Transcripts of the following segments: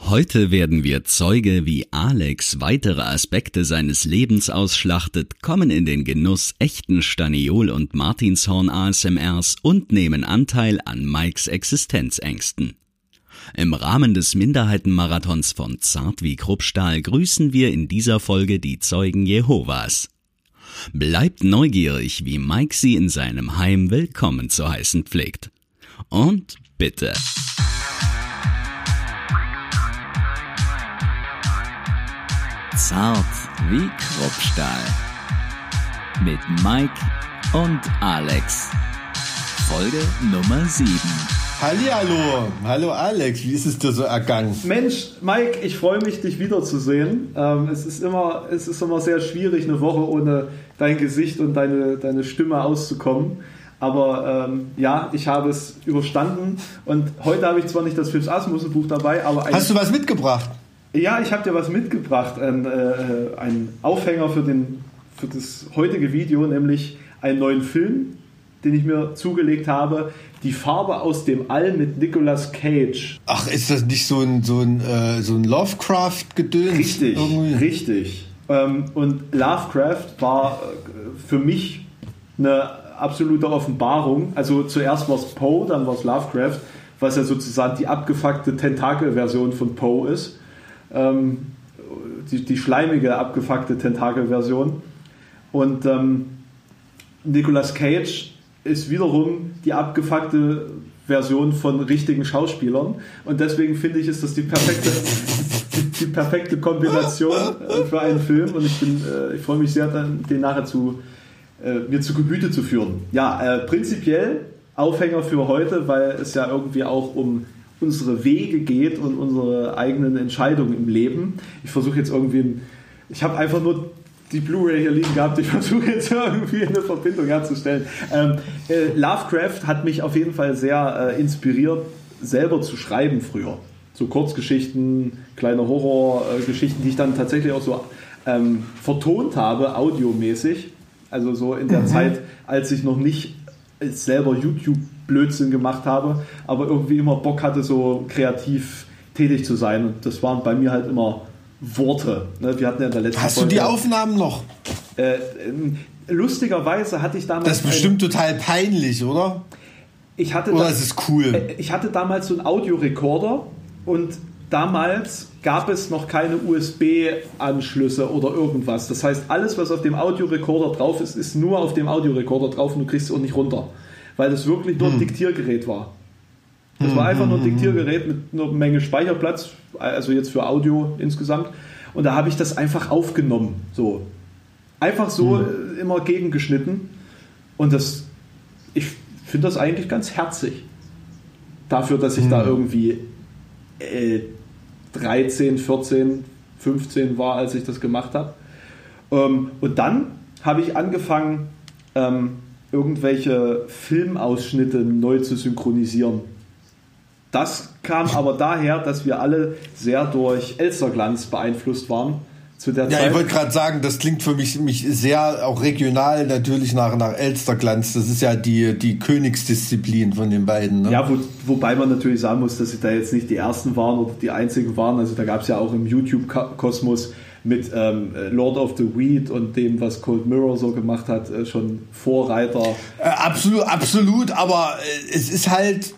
Heute werden wir Zeuge, wie Alex weitere Aspekte seines Lebens ausschlachtet, kommen in den Genuss echten Staniol- und Martinshorn-ASMRs und nehmen Anteil an Mikes Existenzängsten. Im Rahmen des Minderheitenmarathons von Zart wie Kruppstahl grüßen wir in dieser Folge die Zeugen Jehovas. Bleibt neugierig, wie Mike sie in seinem Heim willkommen zu heißen pflegt. Und bitte. Zart wie Kruppstahl. Mit Mike und Alex. Folge Nummer 7. Hallihallo, hallo Alex, wie ist es dir so ergangen? Mensch, Mike, ich freue mich, dich wiederzusehen. Es ist immer sehr schwierig, eine Woche ohne dein Gesicht und deine Stimme auszukommen. Aber ja, ich habe es überstanden. Und heute habe ich zwar nicht das Phipps Asmussen-Buch dabei, aber... Hast du was mitgebracht? Ja, ich habe dir was mitgebracht. Ein Aufhänger für das heutige Video, nämlich einen neuen Film, den ich mir zugelegt habe. Die Farbe aus dem All mit Nicolas Cage. Ach, ist das nicht so ein Lovecraft-Gedöns? Richtig. Und Lovecraft war für mich eine absolute Offenbarung. Also zuerst war es Poe, dann war es Lovecraft, was ja sozusagen die abgefuckte Tentakel-Version von Poe ist. Die schleimige, abgefuckte Tentakel-Version. Und Nicolas Cage ist wiederum die abgefuckte Version von richtigen Schauspielern. Und deswegen finde ich, ist das die perfekte Kombination für einen Film. Und ich freue mich sehr, den nachher mir zu Gemüte zu führen. Ja, prinzipiell Aufhänger für heute, weil es ja irgendwie auch um unsere Wege geht und unsere eigenen Entscheidungen im Leben. Ich versuche jetzt ich habe einfach nur die Blu-ray hier liegen gehabt, ich versuche jetzt irgendwie eine Verbindung herzustellen. Lovecraft hat mich auf jeden Fall sehr inspiriert, selber zu schreiben früher. So Kurzgeschichten, kleine Horrorgeschichten, die ich dann tatsächlich auch so vertont habe, audiomäßig. Also so in der Zeit, als ich noch nicht selber YouTube-Blödsinn gemacht habe, aber irgendwie immer Bock hatte, so kreativ tätig zu sein. Und das waren bei mir halt immer Worte. Wir hatten ja in der letzten Hast du die Aufnahmen noch? Lustigerweise hatte ich damals... Das ist bestimmt total peinlich, oder? Oder ist es cool? Ich hatte damals so einen Audiorekorder und damals gab es noch keine USB-Anschlüsse oder irgendwas. Das heißt, alles, was auf dem Audiorekorder drauf ist, ist nur auf dem Audiorekorder drauf und du kriegst es auch nicht runter. Weil das wirklich nur ein Diktiergerät war. Das war einfach nur ein Diktiergerät mit einer Menge Speicherplatz, also jetzt für Audio insgesamt. Und da habe ich das einfach aufgenommen. So. Einfach so immer gegengeschnitten. Und ich finde das eigentlich ganz herzig. Dafür, dass ich da irgendwie 13, 14, 15 war, als ich das gemacht habe. Und dann habe ich angefangen, irgendwelche Filmausschnitte neu zu synchronisieren. Das kam aber daher, dass wir alle sehr durch Elsterglanz beeinflusst waren zu der Zeit. Ja, ich wollte gerade sagen, das klingt für mich sehr auch regional natürlich nach Elsterglanz. Das ist ja die Königsdisziplin von den beiden. Ne? Ja, wobei man natürlich sagen muss, dass sie da jetzt nicht die ersten waren oder die einzigen waren. Also da gab es ja auch im YouTube-Kosmos mit Lord of the Weed und dem, was Cold Mirror so gemacht hat, schon Vorreiter. Absolut, aber es ist halt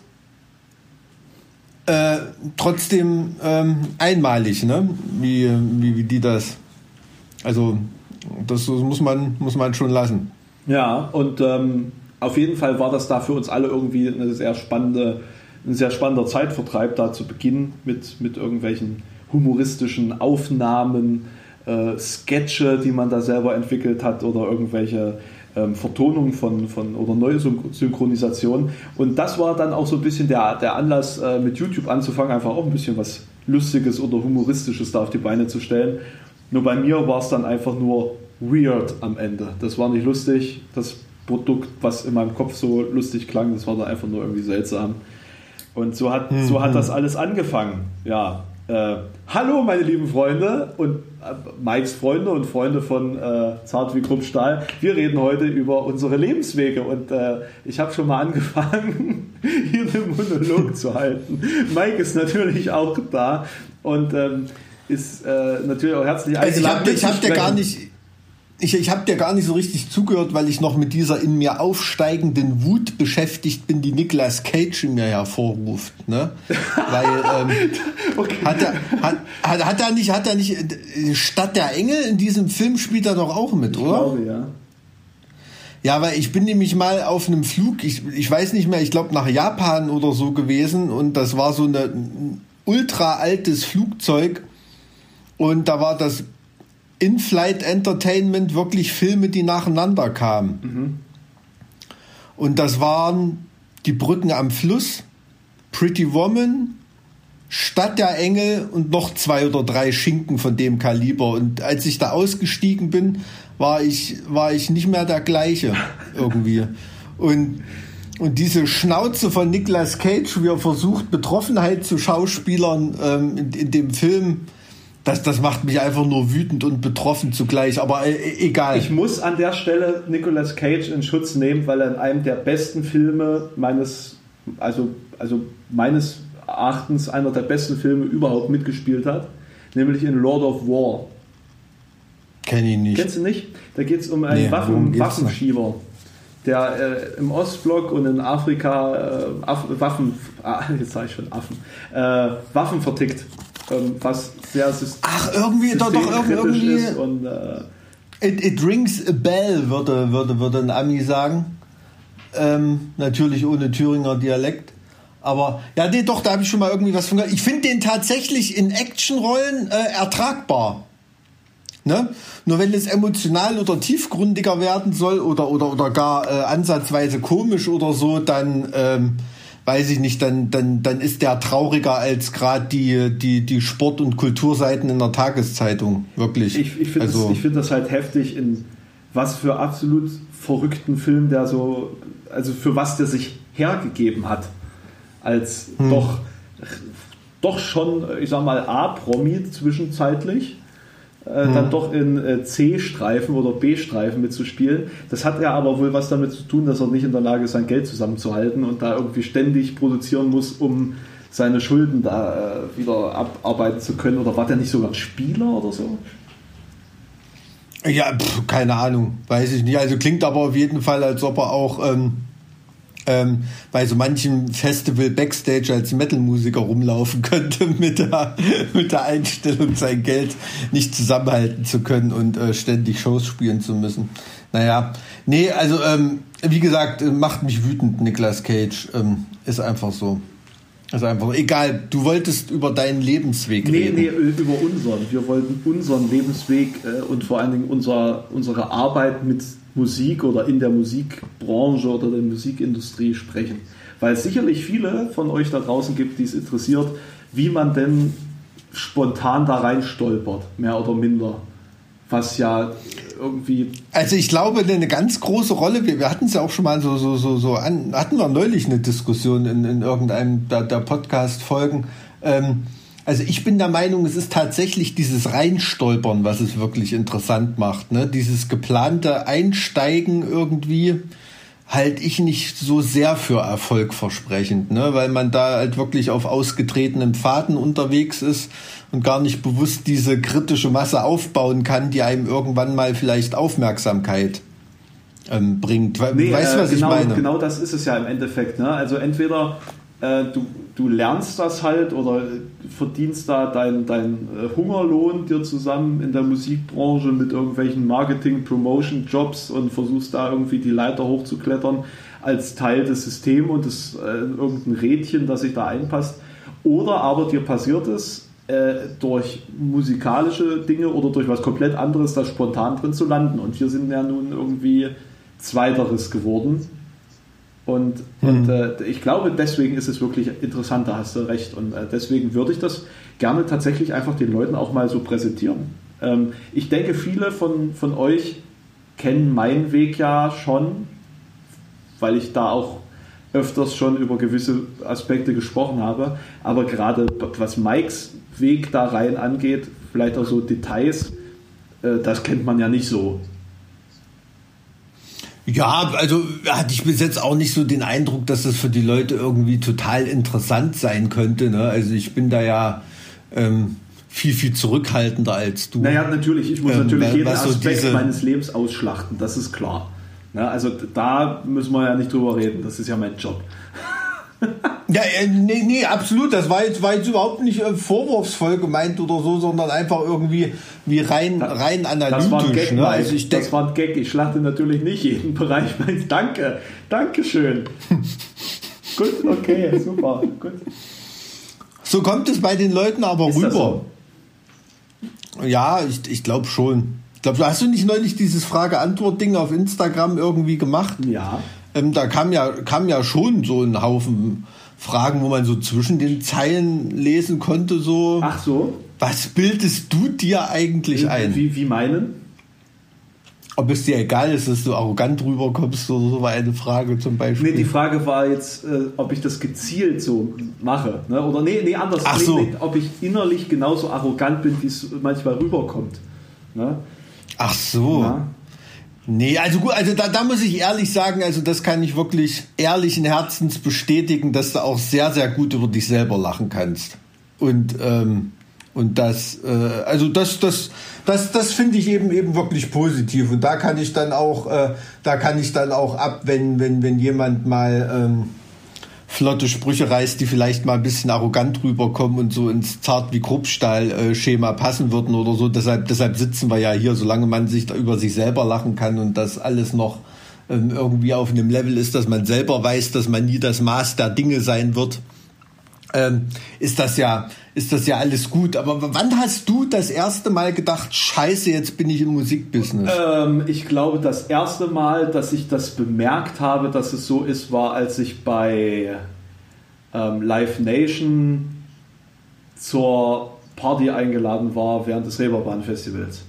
trotzdem einmalig, ne? Wie die das. Also das muss man schon lassen. Ja, und auf jeden Fall war das da für uns alle irgendwie ein sehr spannender Zeitvertreib, da zu beginnen mit irgendwelchen humoristischen Aufnahmen, Sketche, die man da selber entwickelt hat oder irgendwelche Vertonung oder neue Synchronisation. Und das war dann auch so ein bisschen der Anlass, mit YouTube anzufangen, einfach auch ein bisschen was Lustiges oder Humoristisches da auf die Beine zu stellen. Nur bei mir war es dann einfach nur weird am Ende. Das war nicht lustig. Das Produkt, was in meinem Kopf so lustig klang, das war dann einfach nur irgendwie seltsam. Und so hat das alles angefangen. Ja. Hallo meine lieben Freunde und Mikes Freunde und Freunde von Zart wie Kruppstahl. Wir reden heute über unsere Lebenswege und ich habe schon mal angefangen, hier einen Monolog zu halten. Mike ist natürlich auch da und ist natürlich auch herzlich eingeladen. Also ich hab dir gar nicht so richtig zugehört, weil ich noch mit dieser in mir aufsteigenden Wut beschäftigt bin, die Nicolas Cage in mir hervorruft. Ne? Weil okay. hat er nicht Stadt der Engel in diesem Film spielt er doch auch mit, oder? Ich glaube, ja. Ja, weil ich bin nämlich mal auf einem Flug, ich weiß nicht mehr, ich glaube nach Japan oder so gewesen und das war so ein ultra altes Flugzeug und da war das In-Flight Entertainment wirklich Filme, die nacheinander kamen. Mhm. Und das waren Die Brücken am Fluss, Pretty Woman, Stadt der Engel und noch 2 oder 3 Schinken von dem Kaliber. Und als ich da ausgestiegen bin, war ich nicht mehr der gleiche irgendwie. Und diese Schnauze von Nicolas Cage, wie er versucht, Betroffenheit zu Schauspielern in dem Film, das macht mich einfach nur wütend und betroffen zugleich, aber egal. Ich muss an der Stelle Nicolas Cage in Schutz nehmen, weil er in einem der besten Filme meines Erachtens einer der besten Filme überhaupt mitgespielt hat, nämlich in Lord of War. Kenn ich nicht. Kennst du nicht? Da geht es um einen Waffenschieber, der im Ostblock und in Afrika Waffen vertickt. Was sehr irgendwie ist und it rings a bell, würde ein Ami sagen. Natürlich ohne Thüringer Dialekt. Aber ja, da habe ich schon mal irgendwie was von gehört. Ich finde den tatsächlich in Actionrollen ertragbar. Ne? Nur wenn es emotional oder tiefgründiger werden soll oder gar ansatzweise komisch oder so, dann weiß ich nicht, dann ist der trauriger als gerade die Sport- und Kulturseiten in der Tageszeitung, wirklich. Ich finde das halt heftig, in was für absolut verrückten Film der so, also für was der sich hergegeben hat, als doch schon, ich sag mal, A-Promi zwischenzeitlich, dann doch in C-Streifen oder B-Streifen mitzuspielen. Das hat ja aber wohl was damit zu tun, dass er nicht in der Lage ist, sein Geld zusammenzuhalten und da irgendwie ständig produzieren muss, um seine Schulden da wieder abarbeiten zu können. Oder war der nicht sogar ein Spieler oder so? Ja, keine Ahnung, weiß ich nicht. Also klingt aber auf jeden Fall, als ob er auch bei so manchen Festival Backstage als Metal-Musiker rumlaufen könnte mit der Einstellung, sein Geld nicht zusammenhalten zu können und ständig Shows spielen zu müssen. Naja, nee, also wie gesagt, macht mich wütend, Nicolas Cage. Ist einfach so. Also einfach egal, du wolltest über deinen Lebensweg reden. Nee, über unseren. Wir wollten unseren Lebensweg und vor allen Dingen unsere Arbeit mit Musik oder in der Musikbranche oder der Musikindustrie sprechen. Weil es sicherlich viele von euch da draußen gibt, die es interessiert, wie man denn spontan da rein stolpert, mehr oder minder. Was ja irgendwie... Also ich glaube, eine ganz große Rolle, wir hatten es ja auch schon mal hatten wir neulich eine Diskussion in irgendeinem der Podcast-Folgen. Also ich bin der Meinung, es ist tatsächlich dieses Reinstolpern, was es wirklich interessant macht. Ne? Dieses geplante Einsteigen irgendwie halte ich nicht so sehr für erfolgversprechend, ne? Weil man da halt wirklich auf ausgetretenen Pfaden unterwegs ist und gar nicht bewusst diese kritische Masse aufbauen kann, die einem irgendwann mal vielleicht Aufmerksamkeit bringt. Weißt du, was ich meine? Genau das ist es ja im Endeffekt. Ne? Also entweder du lernst das halt oder verdienst da deinen Hungerlohn dir zusammen in der Musikbranche mit irgendwelchen Marketing-Promotion-Jobs und versuchst da irgendwie die Leiter hochzuklettern als Teil des Systems und irgendein Rädchen, das sich da einpasst. Oder aber dir passiert es, durch musikalische Dinge oder durch was komplett anderes da spontan drin zu landen. Und wir sind ja nun irgendwie Zweiteres geworden. Und ich glaube, deswegen ist es wirklich interessant, da hast du recht. Und deswegen würde ich das gerne tatsächlich einfach den Leuten auch mal so präsentieren. Ich denke, viele von euch kennen meinen Weg ja schon, weil ich da auch öfters schon über gewisse Aspekte gesprochen habe. Aber gerade was Mikes Weg da rein angeht, vielleicht auch so Details, das kennt man ja nicht so. Ja, also hatte ich bis jetzt auch nicht so den Eindruck, dass das für die Leute irgendwie total interessant sein könnte. Ne? Also ich bin da ja viel, viel zurückhaltender als du. Naja, natürlich. Ich muss natürlich jeden so Aspekt meines Lebens ausschlachten. Das ist klar. Ja, also da müssen wir ja nicht drüber reden. Das ist ja mein Job. Ja, nee, absolut. Das war jetzt überhaupt nicht vorwurfsvoll gemeint oder so, sondern einfach irgendwie wie rein analytisch. Das war ein Gag, ne? Also das war ein Gag. Ich schlachte natürlich nicht jeden Bereich. Dankeschön. Gut, okay, super, gut. So kommt es bei den Leuten aber ist rüber. So? Ja, ich glaube schon. Hast du nicht neulich dieses Frage-Antwort-Ding auf Instagram irgendwie gemacht? Ja. Da kam ja schon so ein Haufen Fragen, wo man so zwischen den Zeilen lesen konnte. So. Ach so. Was bildest du dir eigentlich ein? Wie meinen? Ob es dir egal ist, dass du arrogant rüberkommst oder so, war eine Frage zum Beispiel. Nee, die Frage war jetzt, ob ich das gezielt so mache. Ne? Oder nee, anders. Ach so. Ob ich innerlich genauso arrogant bin, wie es manchmal rüberkommt. Ne? Ach so. Ja. Nee, also gut, also da muss ich ehrlich sagen, also das kann ich wirklich ehrlichen Herzens bestätigen, dass du auch sehr, sehr gut über dich selber lachen kannst. Und das finde ich eben wirklich positiv. Und da kann ich dann auch ab, wenn jemand mal flotte Sprüche reißt, die vielleicht mal ein bisschen arrogant rüberkommen und so ins Zart wie Kruppstahl-Schema passen würden oder so. Deshalb sitzen wir ja hier, solange man sich da über sich selber lachen kann und das alles noch irgendwie auf einem Level ist, dass man selber weiß, dass man nie das Maß der Dinge sein wird. Ist das ja alles gut. Aber wann hast du das erste Mal gedacht, Scheiße, jetzt bin ich im Musikbusiness? Ich glaube, das erste Mal, dass ich das bemerkt habe, dass es so ist, war, als ich bei Live Nation zur Party eingeladen war während des Reeperbahn-Festivals.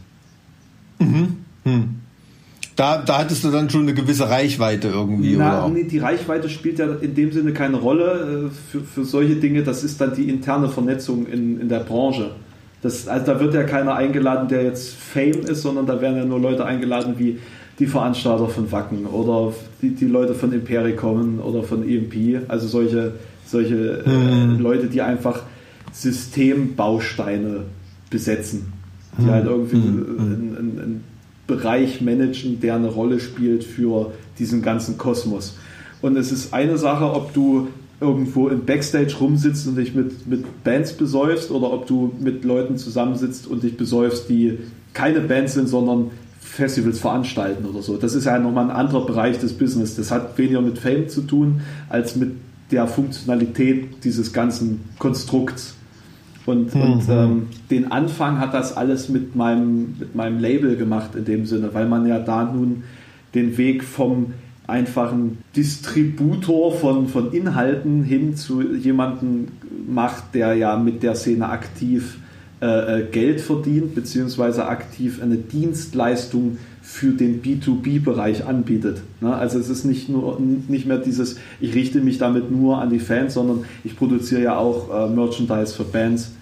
Da hattest du dann schon eine gewisse Reichweite irgendwie, oder? Nee, die Reichweite spielt ja in dem Sinne keine Rolle für solche Dinge. Das ist dann die interne Vernetzung in der Branche. Also da wird ja keiner eingeladen, der jetzt Fame ist, sondern da werden ja nur Leute eingeladen wie die Veranstalter von Wacken oder die Leute von Impericon oder von EMP. Also solche Leute, die einfach Systembausteine besetzen. Die halt irgendwie einen Bereich managen, der eine Rolle spielt für diesen ganzen Kosmos. Und es ist eine Sache, ob du irgendwo im Backstage rumsitzt und dich mit Bands besäufst oder ob du mit Leuten zusammensitzt und dich besäufst, die keine Bands sind, sondern Festivals veranstalten oder so. Das ist ja nochmal ein anderer Bereich des Business. Das hat weniger mit Fame zu tun, als mit der Funktionalität dieses ganzen Konstrukts. Und den Anfang hat das alles mit meinem Label gemacht in dem Sinne, weil man ja da nun den Weg vom einfachen Distributor von Inhalten hin zu jemandem macht, der ja mit der Szene aktiv Geld verdient, beziehungsweise aktiv eine Dienstleistung für den B2B-Bereich anbietet. Ne? Also es ist nicht mehr dieses, ich richte mich damit nur an die Fans, sondern ich produziere ja auch Merchandise für Bands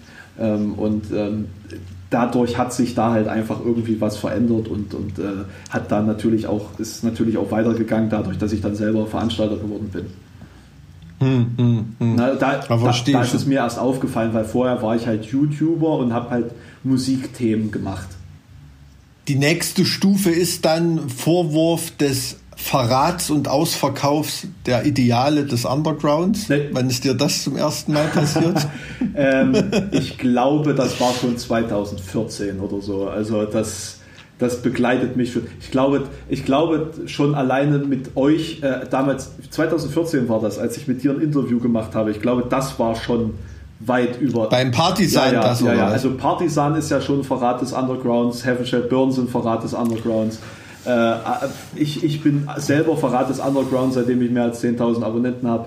dadurch hat sich da halt einfach irgendwie was verändert und hat dann ist natürlich auch weitergegangen, dadurch, dass ich dann selber Veranstalter geworden bin. Da ist es mir erst aufgefallen, weil vorher war ich halt YouTuber und habe halt Musikthemen gemacht. Die nächste Stufe ist dann Vorwurf des Verrats und Ausverkaufs der Ideale des Undergrounds. Nee. Wann ist dir das zum ersten Mal passiert? Ich glaube, das war schon 2014 oder so. Also das begleitet mich schon. Ich glaube schon alleine mit euch, damals, 2014 war das, als ich mit dir ein Interview gemacht habe. Ich glaube, das war schon weit über... Beim Partisan das, oder? Ja, also Partisan ist ja schon ein Verrat des Undergrounds, Heaven Shall Burn sind Verrat des Undergrounds. Ich bin selber Verrat des Undergrounds, seitdem ich mehr als 10.000 Abonnenten habe.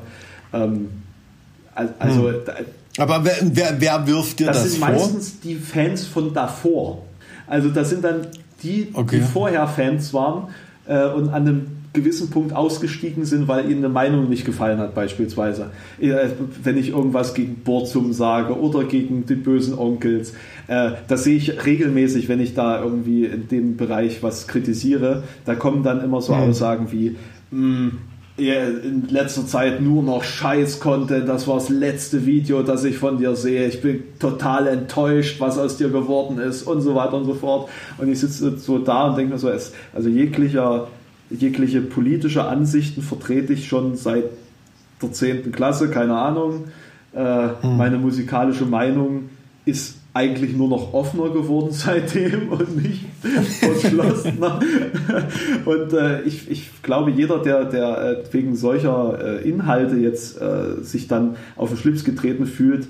Aber wer wirft dir das vor? Das sind meistens die Fans von davor. Also das sind dann die vorher Fans waren und an einem gewissen Punkt ausgestiegen sind, weil ihnen eine Meinung nicht gefallen hat, beispielsweise. Wenn ich irgendwas gegen Burzum sage oder gegen die bösen Onkels. Das sehe ich regelmäßig, wenn ich da irgendwie in dem Bereich was kritisiere. Da kommen dann immer so Aussagen wie, in letzter Zeit nur noch Scheiß-Content, das war das letzte Video, das ich von dir sehe, ich bin total enttäuscht, was aus dir geworden ist und so weiter und so fort. Und ich sitze so da und denke mir so, also jegliche politische Ansichten vertrete ich schon seit der 10. Klasse, keine Ahnung. Meine musikalische Meinung ist eigentlich nur noch offener geworden seitdem und nicht verschlossener. Und ich glaube, jeder, der wegen solcher Inhalte jetzt sich dann auf den Schlips getreten fühlt,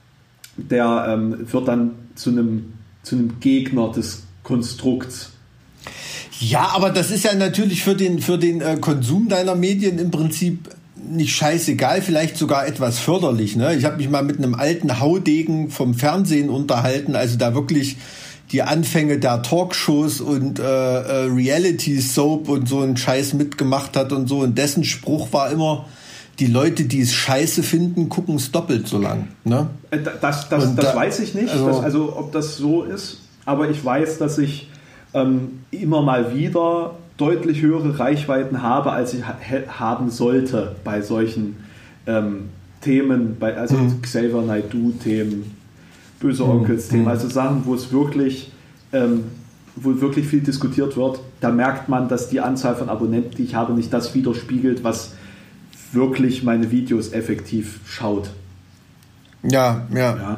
der wird dann zu einem Gegner des Konstrukts. Ja, aber das ist ja natürlich für den Konsum deiner Medien im Prinzip nicht scheißegal, vielleicht sogar etwas förderlich. Ne? Ich habe mich mal mit einem alten Haudegen vom Fernsehen unterhalten, also da wirklich die Anfänge der Talkshows und Reality-Soap und so einen Scheiß mitgemacht hat und so. Und dessen Spruch war immer, die Leute, die es scheiße finden, gucken es doppelt so lang. Ne? Das weiß ich nicht, also ob das so ist, aber ich weiß, dass ich immer mal wieder deutlich höhere Reichweiten habe, als ich haben sollte bei solchen Themen, Xavier Naidoo-Themen, Böse Onkels-Themen, also Sachen, wo wirklich viel diskutiert wird. Da merkt man, dass die Anzahl von Abonnenten, die ich habe, nicht das widerspiegelt, was wirklich meine Videos effektiv schaut. Ja.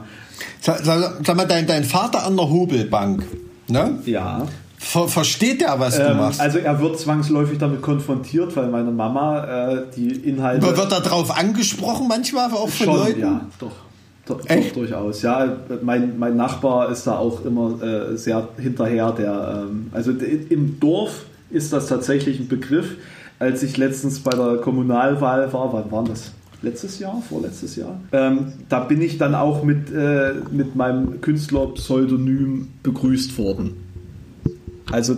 Sag mal, dein Vater an der Hobelbank, ne? Ja. Versteht er, was du machst? Also er wird zwangsläufig damit konfrontiert, weil meine Mama die Inhalte... Wird er darauf angesprochen manchmal auch von Leuten? Ja, doch durchaus. Ja, mein Nachbar ist da auch immer sehr hinterher. Im Dorf ist das tatsächlich ein Begriff. Als ich letztens bei der Kommunalwahl war, wann war das? Vorletztes Jahr? Da bin ich dann auch mit meinem Künstlerpseudonym begrüßt worden. Also,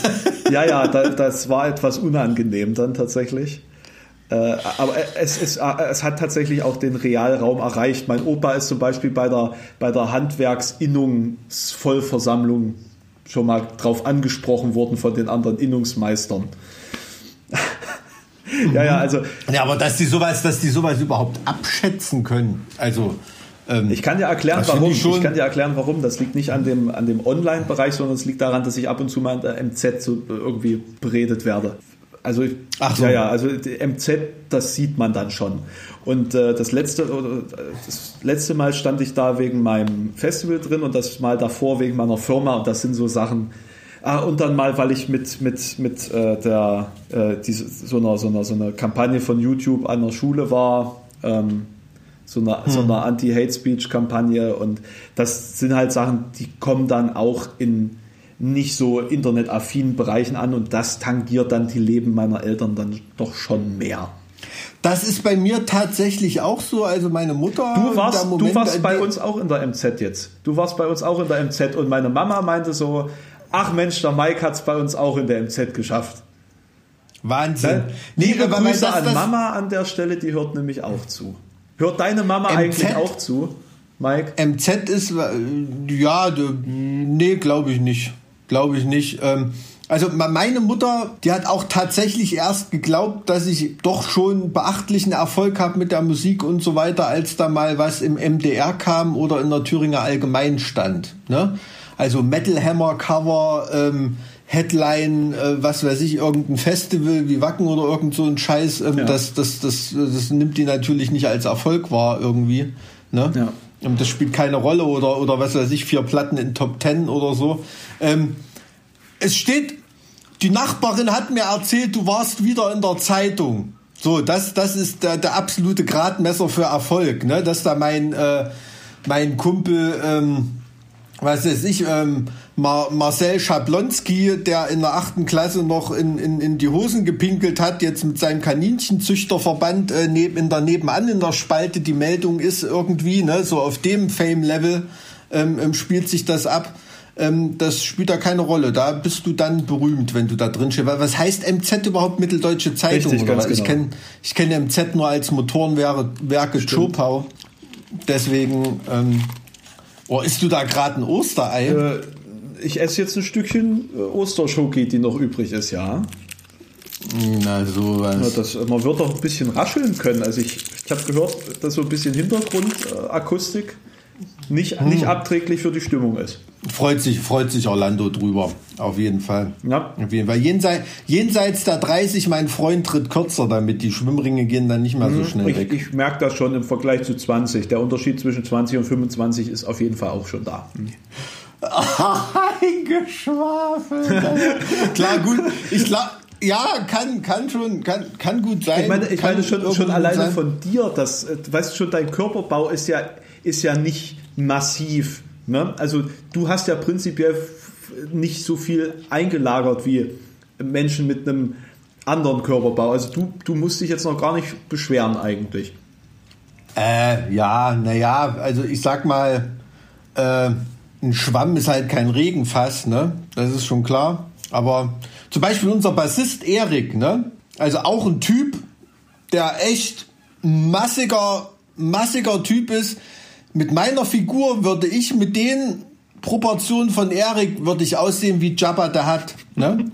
das war etwas unangenehm dann tatsächlich. Aber es hat tatsächlich auch den Realraum erreicht. Mein Opa ist zum Beispiel bei der Handwerksinnungsvollversammlung schon mal drauf angesprochen worden von den anderen Innungsmeistern. Also. Ja, aber dass die sowas überhaupt abschätzen können. Also. Ich kann dir erklären, warum. Das liegt nicht an dem Online-Bereich, sondern es liegt daran, dass ich ab und zu mal in der MZ so irgendwie beredet werde. Also also die MZ, das sieht man dann schon. Und das letzte Mal stand ich da wegen meinem Festival drin und das Mal davor wegen meiner Firma. Und das sind so Sachen. Und dann mal, weil ich mit so einer Kampagne von YouTube an der Schule war. So eine Anti-Hate-Speech-Kampagne und das sind halt Sachen, die kommen dann auch in nicht so internetaffinen Bereichen an und das tangiert dann die Leben meiner Eltern dann doch schon mehr. Das ist bei mir tatsächlich auch so, also meine Mutter... Du warst bei uns auch in der MZ jetzt. Du warst bei uns auch in der MZ und meine Mama meinte so, ach Mensch, der Mike hat es bei uns auch in der MZ geschafft. Wahnsinn. Liebe Grüße an Mama an der Stelle, die hört nämlich auch zu. Hört deine Mama eigentlich auch zu, Mike? MZ ist, nee, glaube ich nicht. Also meine Mutter, die hat auch tatsächlich erst geglaubt, dass ich doch schon beachtlichen Erfolg habe mit der Musik und so weiter, als da mal was im MDR kam oder in der Thüringer Allgemein stand. Ne? Also Metal Hammer Cover, Headline, was weiß ich, irgendein Festival wie Wacken oder irgend so ein Scheiß, das nimmt die natürlich nicht als Erfolg wahr irgendwie. Ne? Ja. Das spielt keine Rolle oder was weiß ich, 4 Platten in Top 10 oder so. Es steht, die Nachbarin hat mir erzählt, du warst wieder in der Zeitung. So, das ist der absolute Gradmesser für Erfolg, ne? Dass da mein Kumpel, was weiß ich, Marcel Schablonski, der in der 8. Klasse noch in die Hosen gepinkelt hat, jetzt mit seinem Kaninchenzüchterverband in der Spalte die Meldung ist irgendwie, ne, so auf dem Fame-Level spielt sich das ab. Das spielt da keine Rolle. Da bist du dann berühmt, wenn du da drin stehst. Was heißt MZ überhaupt, Mitteldeutsche Zeitung? Richtig, oder was? Genau. Ich kenne MZ nur als Motorenwerke Zschopau. Deswegen, isst du da gerade ein Osterei? Ich esse jetzt ein Stückchen Osterschoki, die noch übrig ist, ja. Na, sowas. Ja, man wird doch ein bisschen rascheln können. Also ich habe gehört, dass so ein bisschen Hintergrundakustik nicht abträglich für die Stimmung ist. Freut sich Orlando drüber, auf jeden Fall. Ja. Auf jeden Fall. Jenseits der 30, mein Freund tritt kürzer damit. Die Schwimmringe gehen dann nicht mehr so schnell weg. Ich merke das schon im Vergleich zu 20. Der Unterschied zwischen 20 und 25 ist auf jeden Fall auch schon da. Eingeschwafelt. Klar, gut. Ja, kann gut sein. Ich meine schon alleine sein. Von dir, das, weißt du schon, dein Körperbau ist ja nicht massiv. Ne? Also du hast ja prinzipiell nicht so viel eingelagert wie Menschen mit einem anderen Körperbau. Also du musst dich jetzt noch gar nicht beschweren eigentlich. Also ich sag mal, ein Schwamm ist halt kein Regenfass, ne? Das ist schon klar. Aber zum Beispiel unser Bassist Erik, ne? Also auch ein Typ, der echt massiger Typ ist. Mit meiner Figur würde ich mit den Proportionen von Erik würde ich aussehen wie Jabba the Hutt, ne?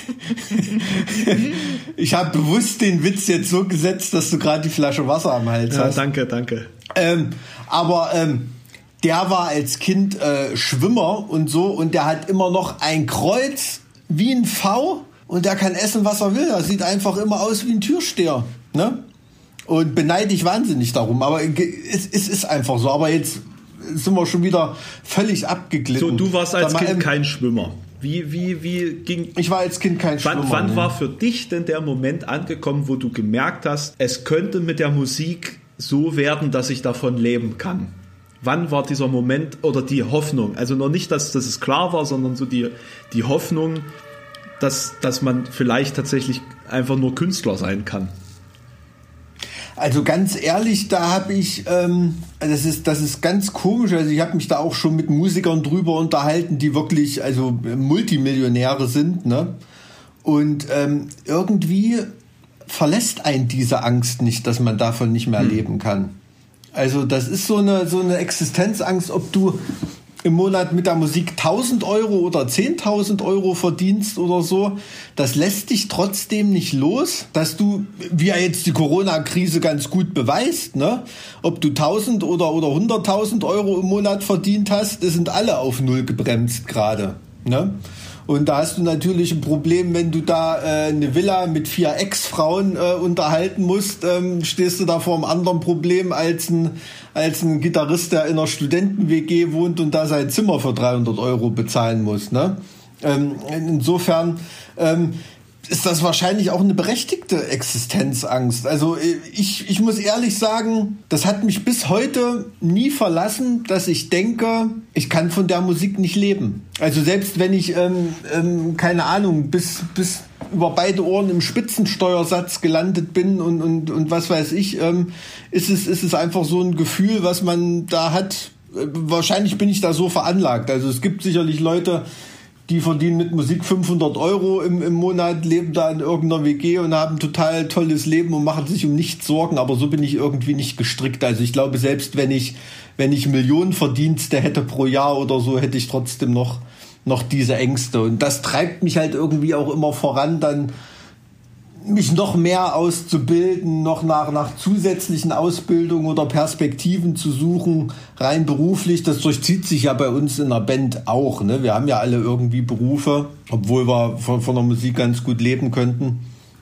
Ich habe bewusst den Witz jetzt so gesetzt, dass du gerade die Flasche Wasser am Hals hast. Danke. Aber der war als Kind Schwimmer und so und der hat immer noch ein Kreuz wie ein V und der kann essen, was er will. Er sieht einfach immer aus wie ein Türsteher, ne? Und beneide ich wahnsinnig darum. Aber es ist einfach so. Aber jetzt sind wir schon wieder völlig abgeglitten. So, du warst als Kind kein Schwimmer. Wie ging... Ich war als Kind kein Schwimmer. Wann war für dich denn der Moment angekommen, wo du gemerkt hast, es könnte mit der Musik so werden, dass ich davon leben kann? Wann war dieser Moment oder die Hoffnung? Also noch nicht, dass es klar war, sondern so die Hoffnung, dass man vielleicht tatsächlich einfach nur Künstler sein kann. Also ganz ehrlich, da habe ich, das ist ganz komisch, also ich habe mich da auch schon mit Musikern drüber unterhalten, die wirklich also Multimillionäre sind, ne? Und irgendwie verlässt einen diese Angst nicht, dass man davon nicht mehr leben kann. Also das ist so eine Existenzangst, ob du im Monat mit der Musik 1.000 Euro oder 10.000 Euro verdienst oder so, das lässt dich trotzdem nicht los, dass du, wie ja jetzt die Corona-Krise ganz gut beweist, ne, ob du 1.000 oder 100.000 Euro im Monat verdient hast, das sind alle auf Null gebremst gerade, ne? Und da hast du natürlich ein Problem, wenn du da eine Villa mit 4 Ex-Frauen unterhalten musst, stehst du da vor einem anderen Problem als ein Gitarrist, der in einer Studenten-WG wohnt und da sein Zimmer für 300 Euro bezahlen muss. Ne? Insofern ist das wahrscheinlich auch eine berechtigte Existenzangst. Also ich muss ehrlich sagen, das hat mich bis heute nie verlassen, dass ich denke, ich kann von der Musik nicht leben. Also selbst wenn ich, keine Ahnung, bis über beide Ohren im Spitzensteuersatz gelandet bin und was weiß ich, ist es einfach so ein Gefühl, was man da hat. Wahrscheinlich bin ich da so veranlagt. Also es gibt sicherlich Leute, die verdienen mit Musik 500 Euro im Monat, leben da in irgendeiner WG und haben ein total tolles Leben und machen sich um nichts Sorgen, aber so bin ich irgendwie nicht gestrickt. Also ich glaube, selbst wenn ich Millionen Verdienste hätte pro Jahr oder so, hätte ich trotzdem noch diese Ängste. Und das treibt mich halt irgendwie auch immer voran, dann mich noch mehr auszubilden, noch nach zusätzlichen Ausbildungen oder Perspektiven zu suchen, rein beruflich. Das durchzieht sich ja bei uns in der Band auch. Ne? Wir haben ja alle irgendwie Berufe, obwohl wir von der Musik ganz gut leben könnten.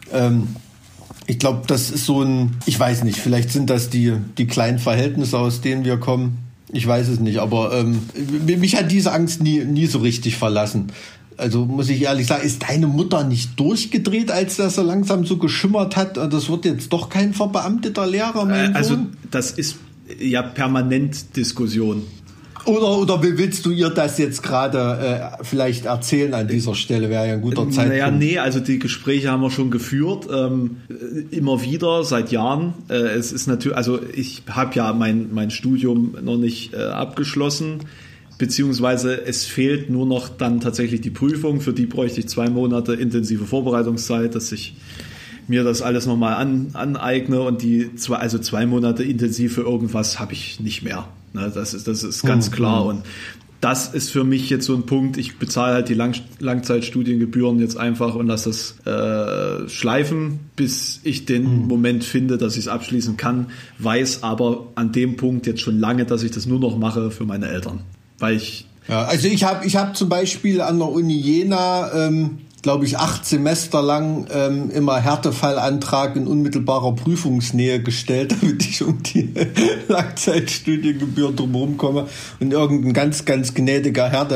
Ich glaube, das ist so ich weiß nicht, vielleicht sind das die kleinen Verhältnisse, aus denen wir kommen. Ich weiß es nicht, aber mich hat diese Angst nie so richtig verlassen. Also muss ich ehrlich sagen, ist deine Mutter nicht durchgedreht, als das so langsam so geschimmert hat? Das wird jetzt doch kein verbeamteter Lehrer, mein Also Sohn? Das ist ja permanent Diskussion. Oder willst du ihr das jetzt gerade vielleicht erzählen an dieser Stelle? Wäre ja ein guter Zeitpunkt. Also die Gespräche haben wir schon geführt, immer wieder, seit Jahren. Es ist natürlich, also ich habe ja mein Studium noch nicht abgeschlossen, beziehungsweise es fehlt nur noch dann tatsächlich die Prüfung. Für die bräuchte ich 2 Monate intensive Vorbereitungszeit, dass ich mir das alles nochmal aneigne, und 2 Monate intensiv für irgendwas habe ich nicht mehr. Ne, das ist ganz klar. Und das ist für mich jetzt so ein Punkt, ich bezahle halt die Langzeitstudiengebühren jetzt einfach und lasse das schleifen, bis ich den Moment finde, dass ich es abschließen kann, weiß aber an dem Punkt jetzt schon lange, dass ich das nur noch mache für meine Eltern. Weil ich... Ja, also ich hab zum Beispiel an der Uni Jena, glaube ich, 8 Semester lang immer Härtefallantrag in unmittelbarer Prüfungsnähe gestellt, damit ich um die Langzeitstudiengebühr drumherum komme. Und irgendein ganz, ganz gnädiger Herr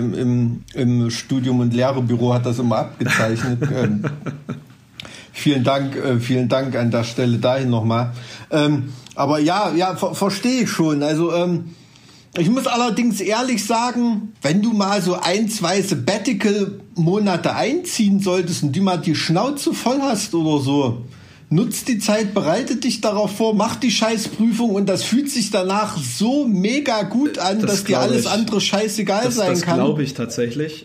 im Studium- und Lehrerbüro hat das immer abgezeichnet. Vielen Dank an der Stelle dahin nochmal. Aber ja, verstehe ich schon. Also ich muss allerdings ehrlich sagen, wenn du mal so 1-2 Sabbatical-Monate einziehen solltest und die mal die Schnauze voll hast oder so, nutz die Zeit, bereite dich darauf vor, mach die Scheißprüfung und das fühlt sich danach so mega gut an, dass dir alles andere scheißegal sein kann. Das glaube ich tatsächlich.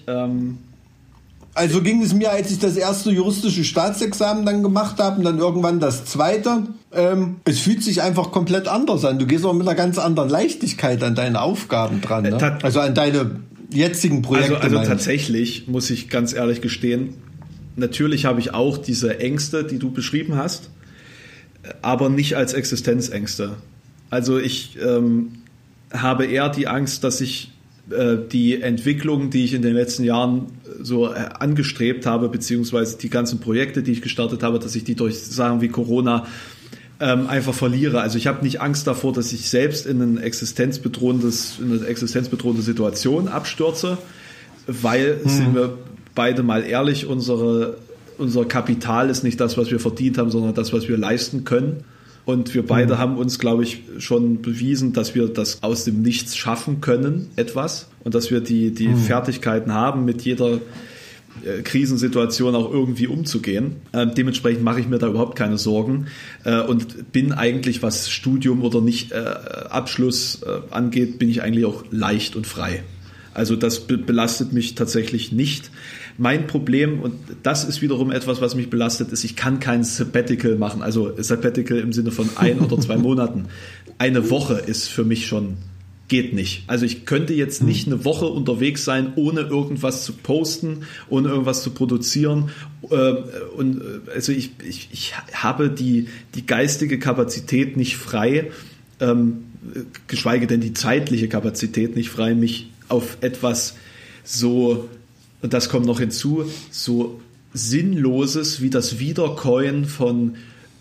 Also ging es mir, als ich das erste juristische Staatsexamen dann gemacht habe und dann irgendwann das zweite. Es fühlt sich einfach komplett anders an. Du gehst auch mit einer ganz anderen Leichtigkeit an deine Aufgaben dran. Ne? Also an deine jetzigen Projekte. Also tatsächlich, muss ich ganz ehrlich gestehen, natürlich habe ich auch diese Ängste, die du beschrieben hast, aber nicht als Existenzängste. Also ich habe eher die Angst, dass ich die Entwicklung, die ich in den letzten Jahren so angestrebt habe, beziehungsweise die ganzen Projekte, die ich gestartet habe, dass ich die durch Sachen wie Corona einfach verliere. Also ich habe nicht Angst davor, dass ich selbst in eine existenzbedrohende Situation abstürze, weil, sind wir beide mal ehrlich, unser Kapital ist nicht das, was wir verdient haben, sondern das, was wir leisten können. Und wir beide haben uns, glaube ich, schon bewiesen, dass wir das aus dem Nichts schaffen können, etwas. Und dass wir die Fertigkeiten haben, mit jeder Krisensituation auch irgendwie umzugehen. Dementsprechend mache ich mir da überhaupt keine Sorgen und bin eigentlich, was Studium oder nicht Abschluss angeht, bin ich eigentlich auch leicht und frei. Also das belastet mich tatsächlich nicht. Mein Problem, und das ist wiederum etwas, was mich belastet, ist, ich kann kein Sabbatical machen. Also Sabbatical im Sinne von 1 oder 2 Monaten. Eine Woche ist für mich schon, geht nicht. Also ich könnte jetzt nicht eine Woche unterwegs sein, ohne irgendwas zu posten, ohne irgendwas zu produzieren. Und also ich habe die geistige Kapazität nicht frei, geschweige denn die zeitliche Kapazität nicht frei, mich auf etwas so, und das kommt noch hinzu, so Sinnloses wie das Wiederkäuen von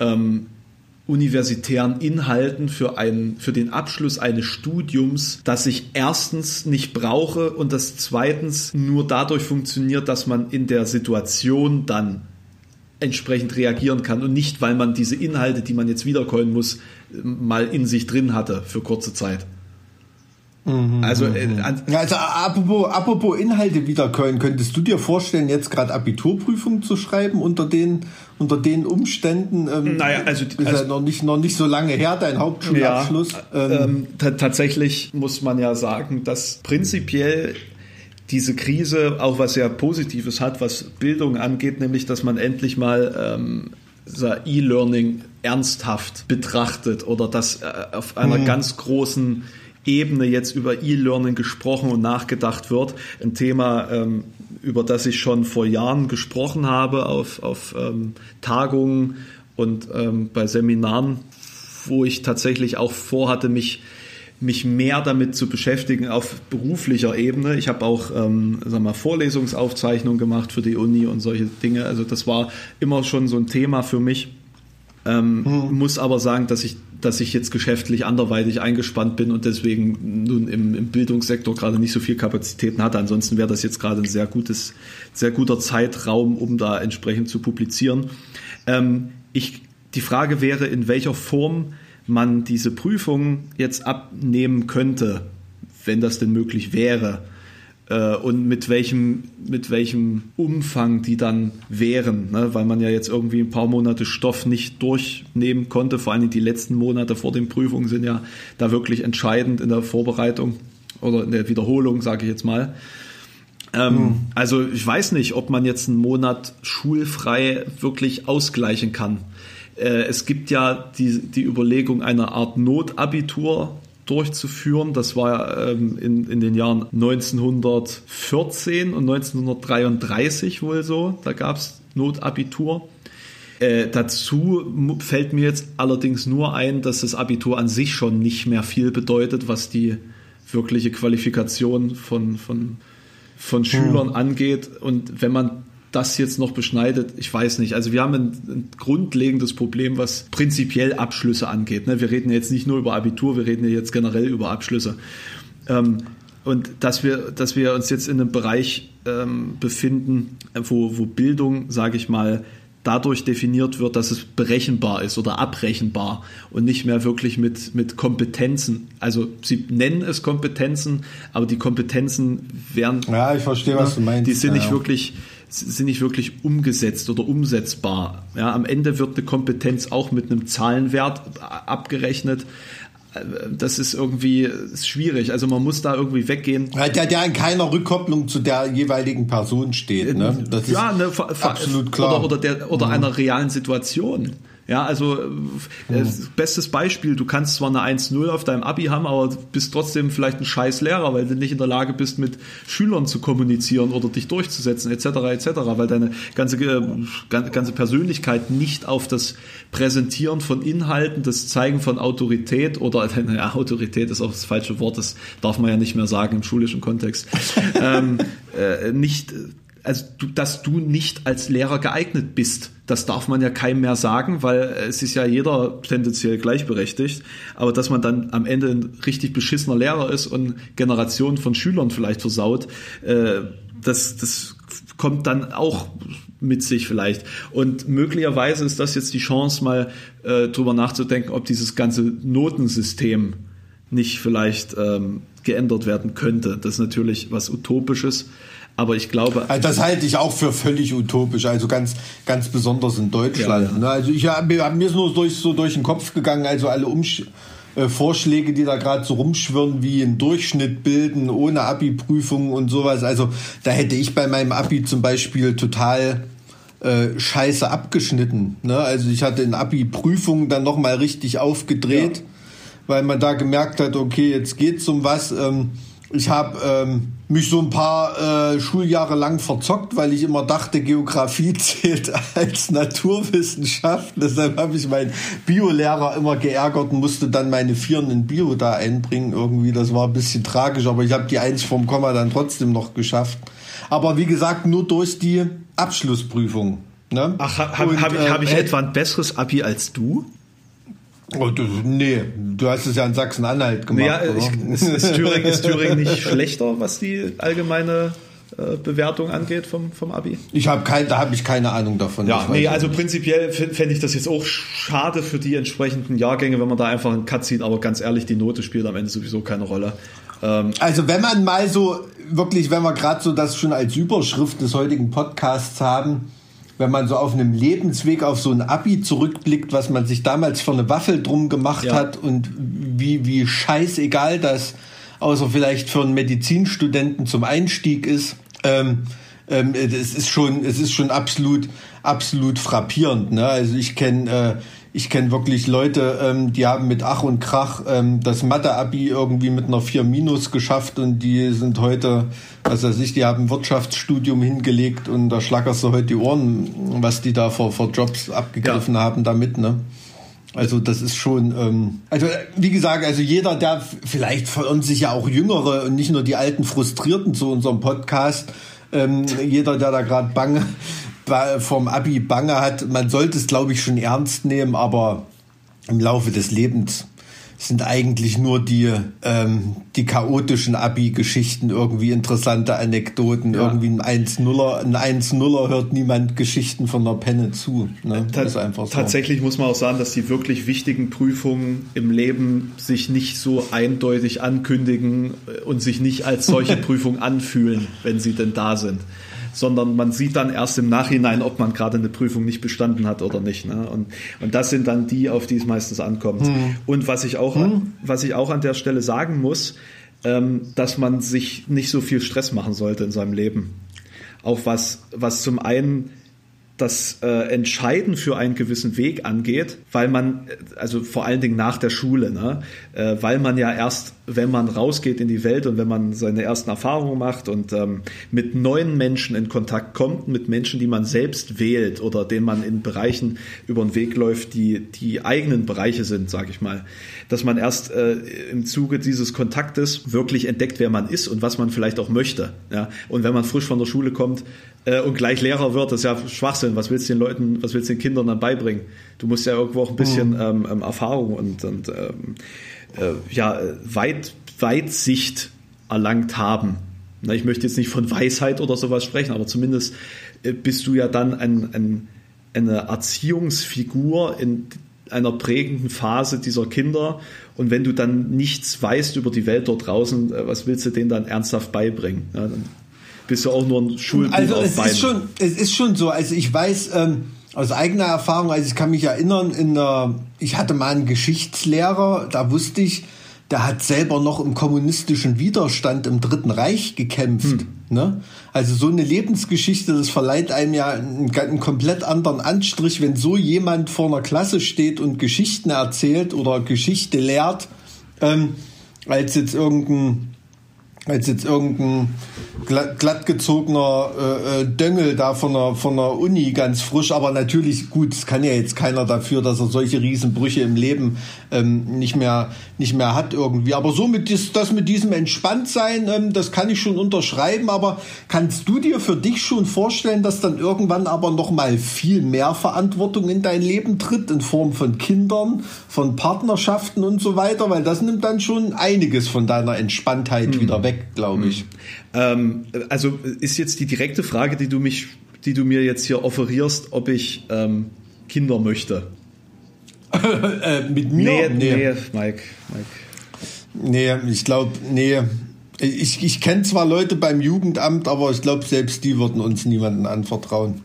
universitären Inhalten für den Abschluss eines Studiums, das ich erstens nicht brauche und das zweitens nur dadurch funktioniert, dass man in der Situation dann entsprechend reagieren kann und nicht, weil man diese Inhalte, die man jetzt wiederkäuen muss, mal in sich drin hatte für kurze Zeit. Also apropos Inhalte wiederkäuen, könntest du dir vorstellen, jetzt gerade Abiturprüfungen zu schreiben unter den Umständen? Naja, also ist ja noch nicht so lange her, dein Hauptschulabschluss. Ja, tatsächlich muss man ja sagen, dass prinzipiell diese Krise auch was sehr Positives hat, was Bildung angeht, nämlich dass man endlich mal E-Learning ernsthaft betrachtet oder dass auf einer ganz großen Ebene jetzt über E-Learning gesprochen und nachgedacht wird. Ein Thema, über das ich schon vor Jahren gesprochen habe auf Tagungen und bei Seminaren, wo ich tatsächlich auch vorhatte, mich mehr damit zu beschäftigen auf beruflicher Ebene. Ich habe auch Vorlesungsaufzeichnungen gemacht für die Uni und solche Dinge. Also das war immer schon so ein Thema für mich. Muss aber sagen, dass ich jetzt geschäftlich anderweitig eingespannt bin und deswegen nun im Bildungssektor gerade nicht so viel Kapazitäten hatte. Ansonsten wäre das jetzt gerade ein sehr guter Zeitraum, um da entsprechend zu publizieren. Die Frage wäre, in welcher Form man diese Prüfung jetzt abnehmen könnte, wenn das denn möglich wäre. Und mit welchem Umfang die dann wären, ne? Weil man ja jetzt irgendwie ein paar Monate Stoff nicht durchnehmen konnte, vor allem die letzten Monate vor den Prüfungen sind ja da wirklich entscheidend in der Vorbereitung oder in der Wiederholung, sage ich jetzt mal. Also ich weiß nicht, ob man jetzt einen Monat schulfrei wirklich ausgleichen kann. Es gibt ja die Überlegung einer Art Notabitur, durchzuführen. Das war in den Jahren 1914 und 1933 wohl so. Da gab es Notabitur. Dazu fällt mir jetzt allerdings nur ein, dass das Abitur an sich schon nicht mehr viel bedeutet, was die wirkliche Qualifikation von Schülern angeht. Und wenn man das jetzt noch beschneidet, ich weiß nicht. Also wir haben ein grundlegendes Problem, was prinzipiell Abschlüsse angeht. Wir reden jetzt nicht nur über Abitur, wir reden ja jetzt generell über Abschlüsse. Und dass wir uns jetzt in einem Bereich befinden, wo Bildung, sage ich mal, dadurch definiert wird, dass es berechenbar ist oder abrechenbar und nicht mehr wirklich mit Kompetenzen. Also sie nennen es Kompetenzen, aber die Kompetenzen werden... Ja, ich verstehe, was du meinst. Die sind nicht wirklich umgesetzt oder umsetzbar. Ja, am Ende wird eine Kompetenz auch mit einem Zahlenwert abgerechnet. Das ist irgendwie schwierig. Also man muss da irgendwie weggehen. Der in keiner Rückkopplung zu der jeweiligen Person steht. Ne? Das ist absolut klar. Oder einer realen Situation. Ja, also bestes Beispiel, du kannst zwar eine 1,0 auf deinem Abi haben, aber bist trotzdem vielleicht ein scheiß Lehrer, weil du nicht in der Lage bist, mit Schülern zu kommunizieren oder dich durchzusetzen, etc., weil deine ganze Persönlichkeit nicht auf das Präsentieren von Inhalten, das Zeigen von Autorität oder, Autorität ist auch das falsche Wort, das darf man ja nicht mehr sagen im schulischen Kontext, dass du nicht als Lehrer geeignet bist. Das darf man ja keinem mehr sagen, weil es ist ja jeder tendenziell gleichberechtigt. Aber dass man dann am Ende ein richtig beschissener Lehrer ist und Generationen von Schülern vielleicht versaut, das kommt dann auch mit sich vielleicht. Und möglicherweise ist das jetzt die Chance, mal drüber nachzudenken, ob dieses ganze Notensystem nicht vielleicht geändert werden könnte. Das ist natürlich was Utopisches. Aber ich glaube... Also das halte ich auch für völlig utopisch, also ganz, ganz besonders in Deutschland. Ja. Also mir ist nur durch den Kopf gegangen, also alle Vorschläge, die da gerade so rumschwirren, wie einen Durchschnitt bilden, ohne Abi-Prüfung und sowas. Also da hätte ich bei meinem Abi zum Beispiel total scheiße abgeschnitten. Ne? Also ich hatte in Abi-Prüfungen dann nochmal richtig aufgedreht, weil man da gemerkt hat, okay, jetzt geht's um was. Ich habe mich so ein paar Schuljahre lang verzockt, weil ich immer dachte, Geografie zählt als Naturwissenschaft. Deshalb habe ich meinen Biolehrer immer geärgert und musste dann meine 4 in Bio da einbringen. Irgendwie, das war ein bisschen tragisch, aber ich habe die 1 vom Komma dann trotzdem noch geschafft. Aber wie gesagt, nur durch die Abschlussprüfung. Ne? Ach, hab ich etwa ein besseres Abi als du? Oh, nee, du hast es ja in Sachsen-Anhalt gemacht. Ja, ist Thüringen nicht schlechter, was die allgemeine Bewertung angeht vom Abi? Da habe ich keine Ahnung davon. Ja, also prinzipiell fände ich das jetzt auch schade für die entsprechenden Jahrgänge, wenn man da einfach einen Cut zieht, aber ganz ehrlich, die Note spielt am Ende sowieso keine Rolle. Also wenn man mal so, wirklich, wenn wir gerade so das schon als Überschrift des heutigen Podcasts haben, wenn man so auf einem Lebensweg auf so ein Abi zurückblickt, was man sich damals für eine Waffel drum gemacht hat und wie scheißegal das, außer vielleicht für einen Medizinstudenten zum Einstieg ist, es ist schon absolut frappierend. Ne? Also ich kenne wirklich Leute, die haben mit Ach und Krach das Mathe-Abi irgendwie mit einer 4- geschafft und die sind heute, was weiß ich, die haben ein Wirtschaftsstudium hingelegt und da schlackerst du heute die Ohren, was die da vor Jobs abgegriffen haben damit, ne? Also das ist schon, also wie gesagt, also jeder, der vielleicht von uns sich ja auch Jüngere und nicht nur die alten Frustrierten zu unserem Podcast, jeder, der da gerade vom Abi Bange hat, man sollte es, glaube ich, schon ernst nehmen, aber im Laufe des Lebens sind eigentlich nur die chaotischen Abi-Geschichten irgendwie interessante Anekdoten. Ja. Irgendwie ein 1-0er hört niemand Geschichten von der Penne zu. Ne? Das ist einfach so. Tatsächlich muss man auch sagen, dass die wirklich wichtigen Prüfungen im Leben sich nicht so eindeutig ankündigen und sich nicht als solche Prüfungen anfühlen, wenn sie denn da sind. Sondern man sieht dann erst im Nachhinein, ob man gerade eine Prüfung nicht bestanden hat oder nicht. Ne? Und das sind dann die, auf die es meistens ankommt. Und was ich auch an der Stelle sagen muss, dass man sich nicht so viel Stress machen sollte in seinem Leben. Auch was zum einen das Entscheiden für einen gewissen Weg angeht, weil man, also vor allen Dingen nach der Schule, ne, weil man ja erst, wenn man rausgeht in die Welt und wenn man seine ersten Erfahrungen macht und mit neuen Menschen in Kontakt kommt, mit Menschen, die man selbst wählt oder denen man in Bereichen über den Weg läuft, die eigenen Bereiche sind, sage ich mal, dass man erst im Zuge dieses Kontaktes wirklich entdeckt, wer man ist und was man vielleicht auch möchte. Ja? Und wenn man frisch von der Schule kommt und gleich Lehrer wird, das ist ja Schwachsinn. Was willst du den Leuten, was willst du den Kindern dann beibringen? Du musst ja irgendwo auch ein bisschen Erfahrung und Weitsicht erlangt haben. Na, ich möchte jetzt nicht von Weisheit oder sowas sprechen, aber zumindest bist du ja dann eine Erziehungsfigur in einer prägenden Phase dieser Kinder. Und wenn du dann nichts weißt über die Welt dort draußen, was willst du denen dann ernsthaft beibringen? Ja, dann bist du auch nur ein Schulbuch auf Beinen. Es ist schon so. Also ich weiß aus eigener Erfahrung, also ich kann mich erinnern, ich hatte mal einen Geschichtslehrer, da wusste ich, der hat selber noch im kommunistischen Widerstand im Dritten Reich gekämpft. Ne? Also so eine Lebensgeschichte, das verleiht einem ja einen komplett anderen Anstrich, wenn so jemand vor einer Klasse steht und Geschichten erzählt oder Geschichte lehrt, als jetzt irgendein glattgezogener Döngel da von der Uni ganz frisch, aber natürlich gut, es kann ja jetzt keiner dafür, dass er solche Riesenbrüche im Leben nicht mehr hat irgendwie. Aber so mit diesem Entspanntsein, das kann ich schon unterschreiben, aber kannst du dir für dich schon vorstellen, dass dann irgendwann aber noch mal viel mehr Verantwortung in dein Leben tritt, in Form von Kindern, von Partnerschaften und so weiter, weil das nimmt dann schon einiges von deiner Entspanntheit wieder weg, glaube ich. Also ist jetzt die direkte Frage, die du mir jetzt hier offerierst, ob ich Kinder möchte? Mit mir? Nee, Mike. Nee, ich glaube, nee. Ich kenne zwar Leute beim Jugendamt, aber ich glaube, selbst die würden uns niemanden anvertrauen.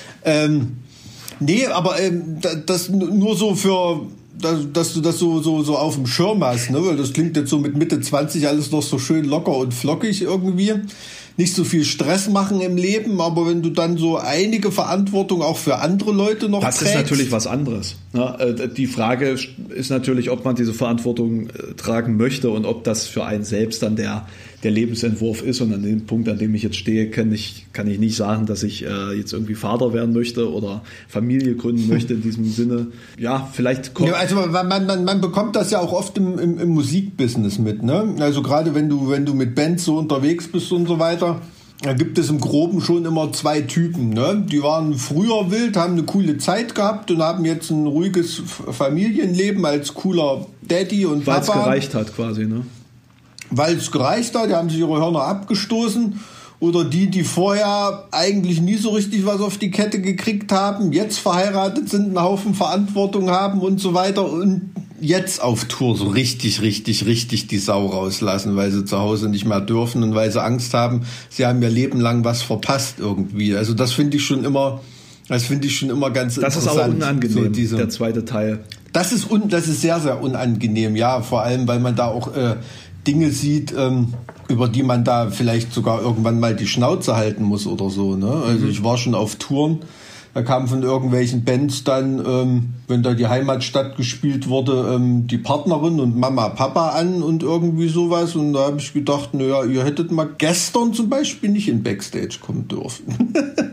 Nee, aber das nur so für... dass du das so auf dem Schirm hast, ne? Weil das klingt jetzt so mit Mitte 20 alles noch so schön locker und flockig irgendwie. Nicht so viel Stress machen im Leben, aber wenn du dann so einige Verantwortung auch für andere Leute noch trägst. Das ist natürlich was anderes. Ne? Die Frage ist natürlich, ob man diese Verantwortung tragen möchte und ob das für einen selbst dann der Lebensentwurf ist. Und an dem Punkt, an dem ich jetzt stehe, kann ich nicht sagen, dass ich jetzt irgendwie Vater werden möchte oder Familie gründen möchte in diesem Sinne. Ja, vielleicht kommt... Ja, also man bekommt das ja auch oft im Musikbusiness mit, ne? Also gerade wenn du mit Bands so unterwegs bist und so weiter, da gibt es im Groben schon immer zwei Typen, ne? Die waren früher wild, haben eine coole Zeit gehabt und haben jetzt ein ruhiges Familienleben als cooler Daddy und Papa. Weil es gereicht hat quasi, ne? Weil es gereicht hat, die haben sich ihre Hörner abgestoßen. Oder die vorher eigentlich nie so richtig was auf die Kette gekriegt haben, jetzt verheiratet sind, einen Haufen Verantwortung haben und so weiter und jetzt auf Tour so richtig die Sau rauslassen, weil sie zu Hause nicht mehr dürfen und weil sie Angst haben, sie haben ihr Leben lang was verpasst irgendwie. Also das finde ich schon immer ganz interessant. Das ist aber unangenehm, so der zweite Teil. Das ist sehr, sehr unangenehm, ja, vor allem, weil man da auch Dinge sieht, über die man da vielleicht sogar irgendwann mal die Schnauze halten muss oder so, ne? Also ich war schon auf Touren, da kamen von irgendwelchen Bands dann, wenn da die Heimatstadt gespielt wurde, die Partnerin und Mama, Papa an und irgendwie sowas. Und da habe ich gedacht, naja, ihr hättet mal gestern zum Beispiel nicht in Backstage kommen dürfen.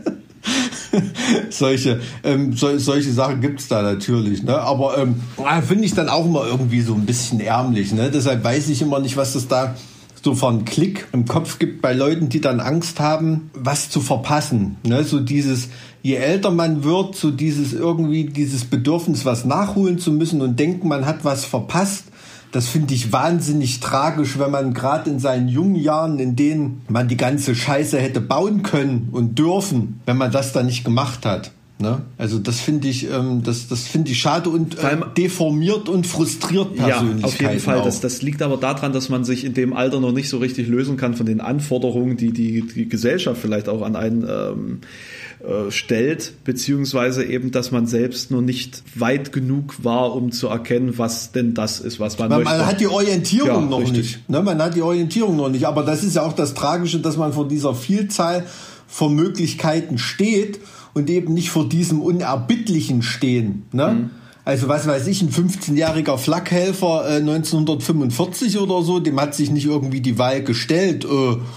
Solche Sachen gibt's da natürlich, ne? Aber finde ich dann auch immer irgendwie so ein bisschen ärmlich, ne? Deshalb weiß ich immer nicht, was das da so für einen Klick im Kopf gibt bei Leuten, die dann Angst haben, was zu verpassen, ne? So dieses, je älter man wird, so dieses Bedürfnis, was nachholen zu müssen und denken, man hat was verpasst. Das finde ich wahnsinnig tragisch, wenn man gerade in seinen jungen Jahren, in denen man die ganze Scheiße hätte bauen können und dürfen, wenn man das dann nicht gemacht hat. Ne? Also das finde ich, schade und deformiert und frustriert Persönlichkeiten. Ja, auf jeden Fall. Das liegt aber daran, dass man sich in dem Alter noch nicht so richtig lösen kann von den Anforderungen, die Gesellschaft vielleicht auch an einen stellt, beziehungsweise eben, dass man selbst noch nicht weit genug war, um zu erkennen, was denn das ist, was man möchte. Man hat die Orientierung noch nicht. Ne? Man hat die Orientierung noch nicht. Aber das ist ja auch das Tragische, dass man vor dieser Vielzahl vor Möglichkeiten steht und eben nicht vor diesem Unerbittlichen stehen. Ne? Also was weiß ich, ein 15-jähriger Flakhelfer 1945 oder so, dem hat sich nicht irgendwie die Wahl gestellt,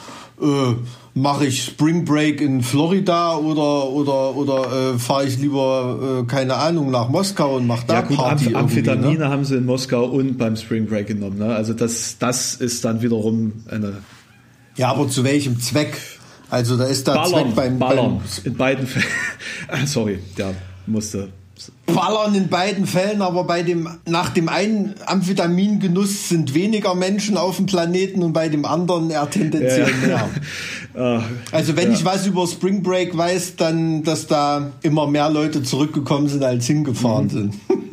mache ich Spring Break in Florida oder fahre ich lieber, keine Ahnung, nach Moskau und mache da Party. Amphetamine ne? haben sie in Moskau und beim Spring Break genommen. Ne? Also das ist dann wiederum eine... Ja, aber zu welchem Zweck? Also da ist da Zweck Ballern in beiden Fällen. Sorry, der musste... Ballern in beiden Fällen, aber nach dem einen Amphetamingenuss sind weniger Menschen auf dem Planeten und bei dem anderen eher tendenziell mehr. Also wenn ich was über Spring Break weiß, dann, dass da immer mehr Leute zurückgekommen sind, als hingefahren sind.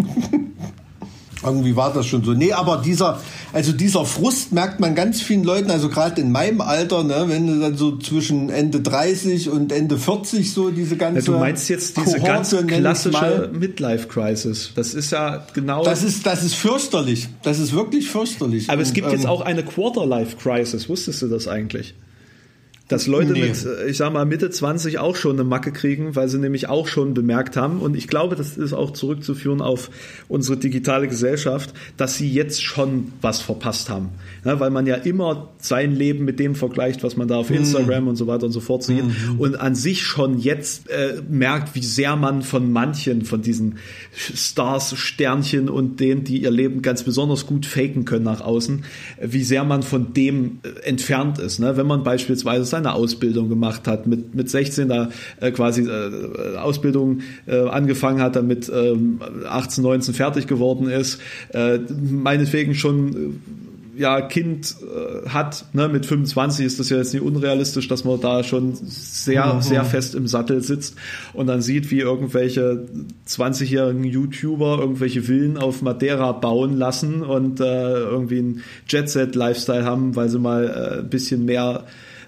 Irgendwie war das schon so. Nee, aber dieser Frust merkt man ganz vielen Leuten, also gerade in meinem Alter, ne, wenn du dann so zwischen Ende 30 und Ende 40 so diese ganze... Ja, du meinst jetzt diese ganz klassische Midlife-Crisis. Das ist ja genau... Das ist fürchterlich. Das ist wirklich fürchterlich. Aber es gibt jetzt auch eine Quarter-Life-Crisis. Wusstest du das eigentlich? Dass Leute mit, ich sag mal, Mitte 20 auch schon eine Macke kriegen, weil sie nämlich auch schon bemerkt haben, und ich glaube, das ist auch zurückzuführen auf unsere digitale Gesellschaft, dass sie jetzt schon was verpasst haben. Ja, weil man ja immer sein Leben mit dem vergleicht, was man da auf Instagram und so weiter und so fort sieht, und an sich schon jetzt merkt, wie sehr man von manchen, von diesen Stars, Sternchen und denen, die ihr Leben ganz besonders gut faken können nach außen, wie sehr man von dem entfernt ist. Ne? Wenn man beispielsweise seine Ausbildung gemacht hat, mit 16 da quasi Ausbildung angefangen hat, dann mit 18, 19 fertig geworden ist, meinetwegen schon Kind hat, ne, mit 25 ist das ja jetzt nicht unrealistisch, dass man da schon sehr, sehr fest im Sattel sitzt und dann sieht, wie irgendwelche 20-jährigen YouTuber irgendwelche Villen auf Madeira bauen lassen und irgendwie einen Jet-Set-Lifestyle haben, weil sie mal ein bisschen mehr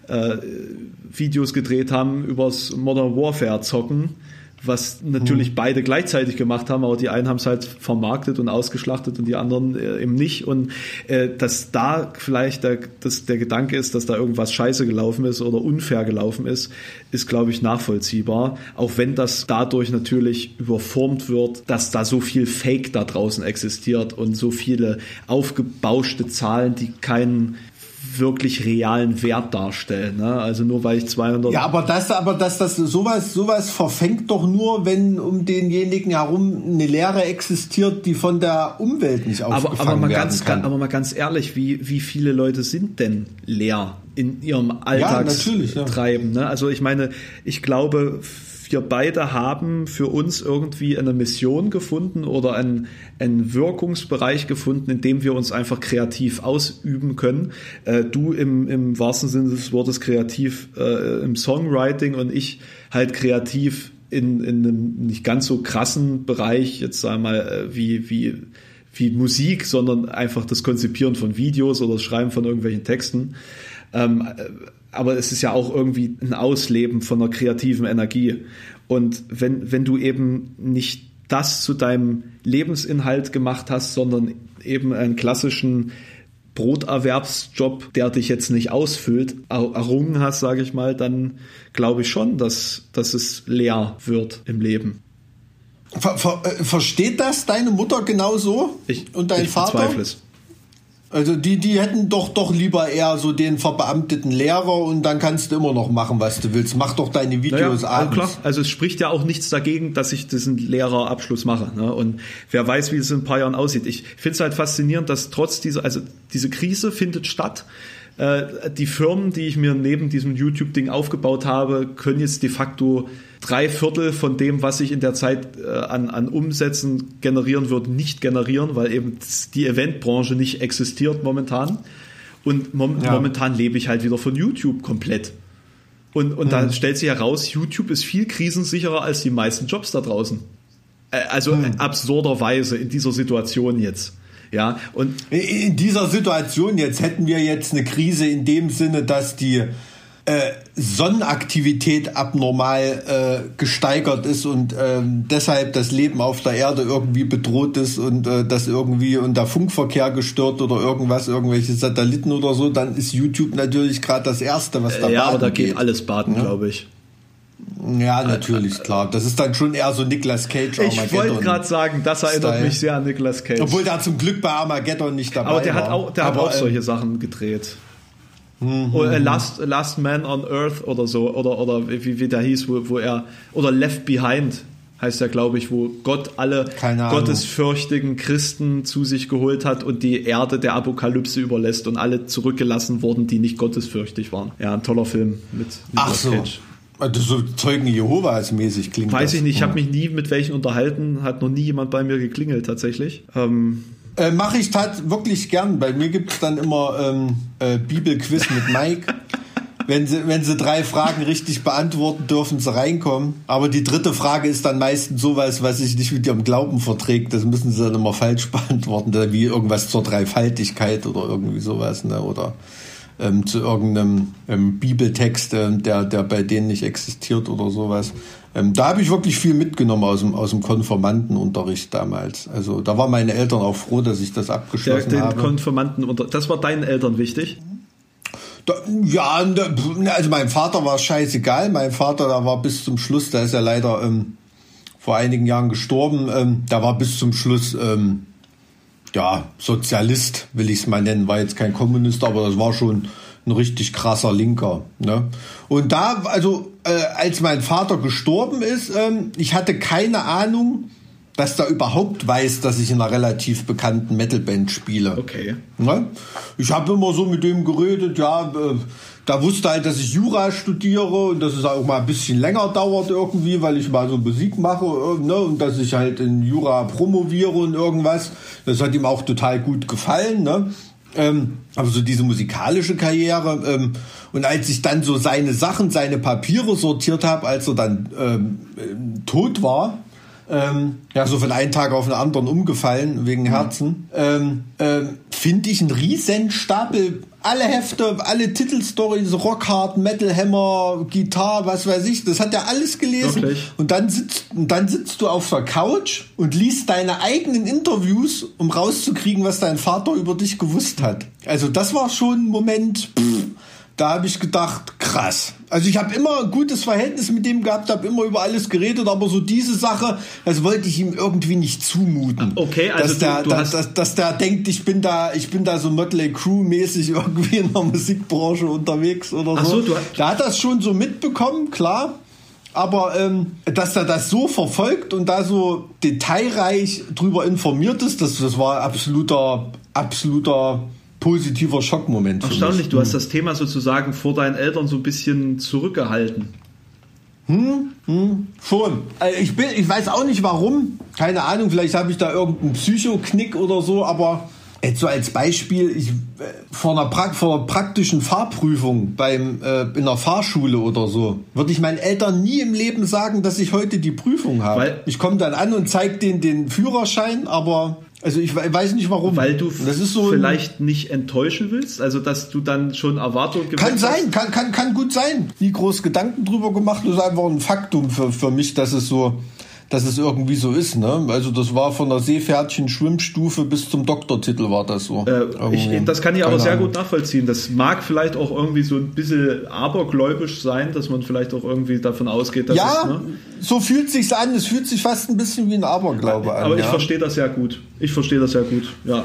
Videos gedreht haben übers Modern Warfare zocken, was natürlich beide gleichzeitig gemacht haben, aber die einen haben es halt vermarktet und ausgeschlachtet und die anderen eben nicht, und dass da vielleicht der Gedanke ist, dass da irgendwas scheiße gelaufen ist oder unfair gelaufen ist, glaube ich nachvollziehbar, auch wenn das dadurch natürlich überformt wird, dass da so viel Fake da draußen existiert und so viele aufgebauschte Zahlen, die keinen wirklich realen Wert darstellen. Ne? Also nur weil ich 200... Ja, aber sowas verfängt doch nur, wenn um denjenigen herum eine Leere existiert, die von der Umwelt nicht aufgefangen werden kann. Aber mal ganz ehrlich, wie viele Leute sind denn leer in ihrem Alltagstreiben? Ne? Also ich meine, ich glaube, wir beide haben für uns irgendwie eine Mission gefunden oder einen Wirkungsbereich gefunden, in dem wir uns einfach kreativ ausüben können. Du im wahrsten Sinne des Wortes kreativ im Songwriting und ich halt kreativ in einem nicht ganz so krassen Bereich, jetzt sagen wir mal, wie Musik, sondern einfach das Konzipieren von Videos oder das Schreiben von irgendwelchen Texten. Aber es ist ja auch irgendwie ein Ausleben von einer kreativen Energie. Und wenn du eben nicht das zu deinem Lebensinhalt gemacht hast, sondern eben einen klassischen Broterwerbsjob, der dich jetzt nicht ausfüllt, errungen hast, sage ich mal, dann glaube ich schon, dass es leer wird im Leben. Versteht das deine Mutter genauso? Und dein Vater? Ich bezweifle es. Also die hätten doch lieber eher so den verbeamteten Lehrer und dann kannst du immer noch machen, was du willst. Mach doch deine Videos abends. Klar. Also es spricht ja auch nichts dagegen, dass ich diesen Lehrerabschluss mache. Ne? Und wer weiß, wie es in ein paar Jahren aussieht. Ich finde es halt faszinierend, dass trotz diese Krise findet statt. Die Firmen, die ich mir neben diesem YouTube-Ding aufgebaut habe, können jetzt de facto 3/4 von dem, was ich in der Zeit an Umsätzen generieren würde, nicht generieren, weil eben die Eventbranche nicht existiert momentan. Und momentan lebe ich halt wieder von YouTube komplett. Und da stellt sich heraus, YouTube ist viel krisensicherer als die meisten Jobs da draußen. Also absurderweise in dieser Situation jetzt. Ja, und in dieser Situation jetzt hätten wir jetzt eine Krise in dem Sinne, dass die Sonnenaktivität abnormal gesteigert ist und deshalb das Leben auf der Erde irgendwie bedroht ist und dass irgendwie und der Funkverkehr gestört oder irgendwelche Satelliten oder so, dann ist YouTube natürlich gerade das Erste, was da baden aber da geht. Alles baden, glaube ich. Ja, natürlich, klar. Das ist dann schon eher so Nicolas Cage. Ich wollte gerade sagen, das erinnert mich sehr an Nicolas Cage. Obwohl der zum Glück bei Armageddon nicht dabei war. Aber der hat auch solche Sachen gedreht. Oder Last Man on Earth oder so. Oder wie der hieß, wo er... Oder Left Behind heißt er, glaube ich, wo Gott alle gottesfürchtigen Christen zu sich geholt hat und die Erde der Apokalypse überlässt und alle zurückgelassen wurden, die nicht gottesfürchtig waren. Ja, ein toller Film mit Nicolas Cage. Also so Zeugen Jehovas mäßig klingt Weiß ich nicht, ich habe mich nie mit welchen unterhalten, hat noch nie jemand bei mir geklingelt tatsächlich. Mache ich wirklich gern. Bei mir gibt es dann immer Bibelquiz mit Mike. Wenn sie 3 Fragen richtig beantworten, dürfen sie reinkommen. Aber die 3. Frage ist dann meistens sowas, was sich nicht mit ihrem Glauben verträgt. Das müssen sie dann immer falsch beantworten. Wie irgendwas zur Dreifaltigkeit oder irgendwie sowas. Ne? Oder zu irgendeinem Bibeltext, der bei denen nicht existiert oder sowas. Da habe ich wirklich viel mitgenommen aus dem Konfirmandenunterricht damals. Also da waren meine Eltern auch froh, dass ich das abgeschlossen habe. Das war deinen Eltern wichtig? Ja, also meinem Vater war es scheißegal. Mein Vater, da war bis zum Schluss, da ist er leider vor einigen Jahren gestorben, da war bis zum Schluss Sozialist, will ich es mal nennen, war jetzt kein Kommunist, aber das war schon ein richtig krasser Linker. Ne? Und da, also als mein Vater gestorben ist, ich hatte keine Ahnung, dass der überhaupt weiß, dass ich in einer relativ bekannten Metalband spiele. Okay. Ne? Ich habe immer so mit dem geredet, da wusste halt, dass ich Jura studiere und dass es auch mal ein bisschen länger dauert irgendwie, weil ich mal so Musik mache, ne? Und dass ich halt in Jura promoviere und irgendwas. Das hat ihm auch total gut gefallen, ne? Aber so diese musikalische Karriere und als ich dann so seine Papiere sortiert habe, als er dann tot war, so von einem Tag auf den anderen umgefallen wegen Herzen, finde ich einen riesen Stapel, alle Hefte, alle Titelstories, Rockhard, Metal Hammer, Gitarre, was weiß ich, das hat er alles gelesen. Wirklich? Und dann sitzt du auf der Couch und liest deine eigenen Interviews, um rauszukriegen, was dein Vater über dich gewusst hat. Also das war schon ein Moment, da habe ich gedacht, krass. Also ich habe immer ein gutes Verhältnis mit dem gehabt, habe immer über alles geredet, aber so diese Sache, das wollte ich ihm irgendwie nicht zumuten. Okay, also dass der denkt, ich bin da so Mötley Crüe-mäßig irgendwie in der Musikbranche unterwegs oder so. Der hat das schon so mitbekommen, klar. Aber dass er das so verfolgt und da so detailreich drüber informiert ist, das war absoluter positiver Schockmoment. Erstaunlich, du hast das Thema sozusagen vor deinen Eltern so ein bisschen zurückgehalten. Schon. Ich weiß auch nicht warum. Keine Ahnung, vielleicht habe ich da irgendeinen Psychoknick oder so, aber jetzt so als Beispiel, vor einer praktischen Fahrprüfung in der Fahrschule oder so, würde ich meinen Eltern nie im Leben sagen, dass ich heute die Prüfung habe. Ich komme dann an und zeige denen den Führerschein, aber also ich weiß nicht warum. Weil du vielleicht nicht enttäuschen willst? Also dass du dann schon Erwartungen geweckt hast? Kann gut sein. Nie groß Gedanken drüber gemacht, das ist einfach ein Faktum für mich, dass es irgendwie so ist, ne? Also das war von der Seepferdchen-Schwimmstufe bis zum Doktortitel war das so. Das kann ich aber sehr gut nachvollziehen. Das mag vielleicht auch irgendwie so ein bisschen abergläubisch sein, dass man vielleicht auch irgendwie davon ausgeht, dass so fühlt sich's an. Es fühlt sich fast ein bisschen wie ein Aberglaube an. Aber ich verstehe das sehr gut. Ja.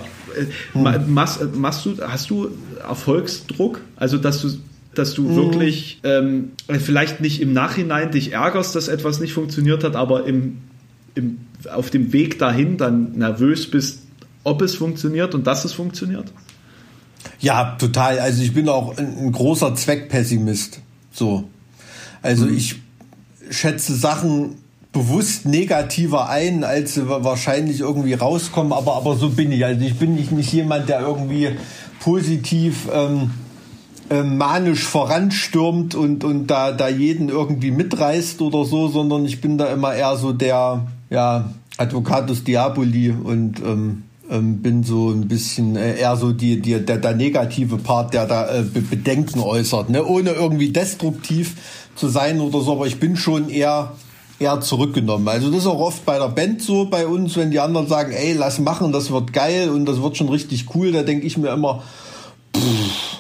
Hast du Erfolgsdruck? Also dass du wirklich vielleicht nicht im Nachhinein dich ärgerst, dass etwas nicht funktioniert hat, aber auf dem Weg dahin dann nervös bist, ob es funktioniert und dass es funktioniert? Ja, total. Also ich bin auch ein großer Zweckpessimist. So. Also ich schätze Sachen bewusst negativer ein, als sie wahrscheinlich irgendwie rauskommen, aber so bin ich. Also ich bin nicht jemand, der irgendwie positiv manisch voranstürmt und da jeden irgendwie mitreißt oder so, sondern ich bin da immer eher so der Advocatus Diaboli und bin so ein bisschen eher so der negative Part, der da Bedenken äußert, ne? Ohne irgendwie destruktiv zu sein oder so, aber ich bin schon eher zurückgenommen. Also das ist auch oft bei der Band so bei uns, wenn die anderen sagen, ey, lass machen, das wird geil und das wird schon richtig cool, da denke ich mir immer,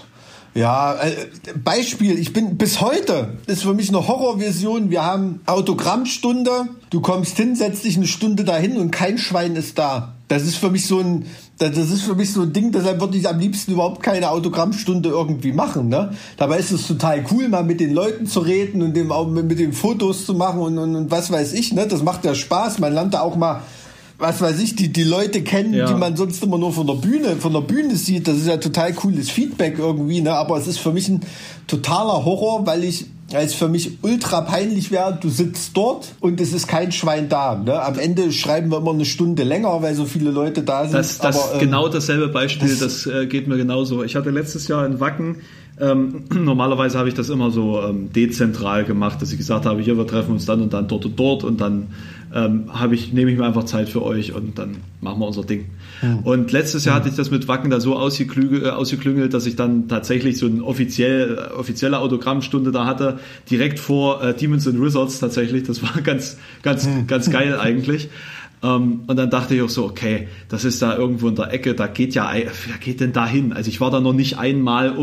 Ja, Beispiel, ich bin bis heute, ist für mich eine Horrorversion, wir haben Autogrammstunde, du kommst hin, setzt dich eine Stunde dahin und kein Schwein ist da. Das ist für mich so ein Ding, deshalb würde ich am liebsten überhaupt keine Autogrammstunde irgendwie machen, ne? Dabei ist es total cool, mal mit den Leuten zu reden und auch mit den Fotos zu machen und was weiß ich, ne? Das macht ja Spaß, man lernt da auch mal, was weiß ich, die Leute kennen, die man sonst immer nur von der Bühne sieht. Das ist ja total cooles Feedback irgendwie, ne? Aber es ist für mich ein totaler Horror, weil es für mich ultra peinlich wäre, du sitzt dort und es ist kein Schwein da. Ne? Am Ende schreiben wir immer eine Stunde länger, weil so viele Leute da sind. Das aber, genau dasselbe Beispiel, das geht mir genauso. Ich hatte letztes Jahr in Wacken, normalerweise habe ich das immer so dezentral gemacht, dass ich gesagt habe, hier, wir treffen uns dann und dann dort und dort und dann nehme ich mir einfach Zeit für euch und dann machen wir unser Ding. Und letztes Jahr hatte ich das mit Wacken da so ausgeklüngelt, dass ich dann tatsächlich so eine offizielle Autogrammstunde da hatte, direkt vor Demons and Wizards tatsächlich. Das war ganz geil eigentlich. Und dann dachte ich auch so, okay, das ist da irgendwo in der Ecke, wer geht denn da hin? Also ich war da noch nicht einmal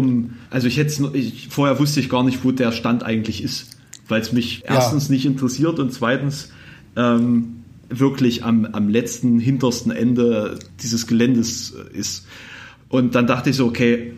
vorher wusste ich gar nicht, wo der Stand eigentlich ist, weil es mich erstens nicht interessiert und zweitens wirklich am letzten, hintersten Ende dieses Geländes ist. Und dann dachte ich so, okay,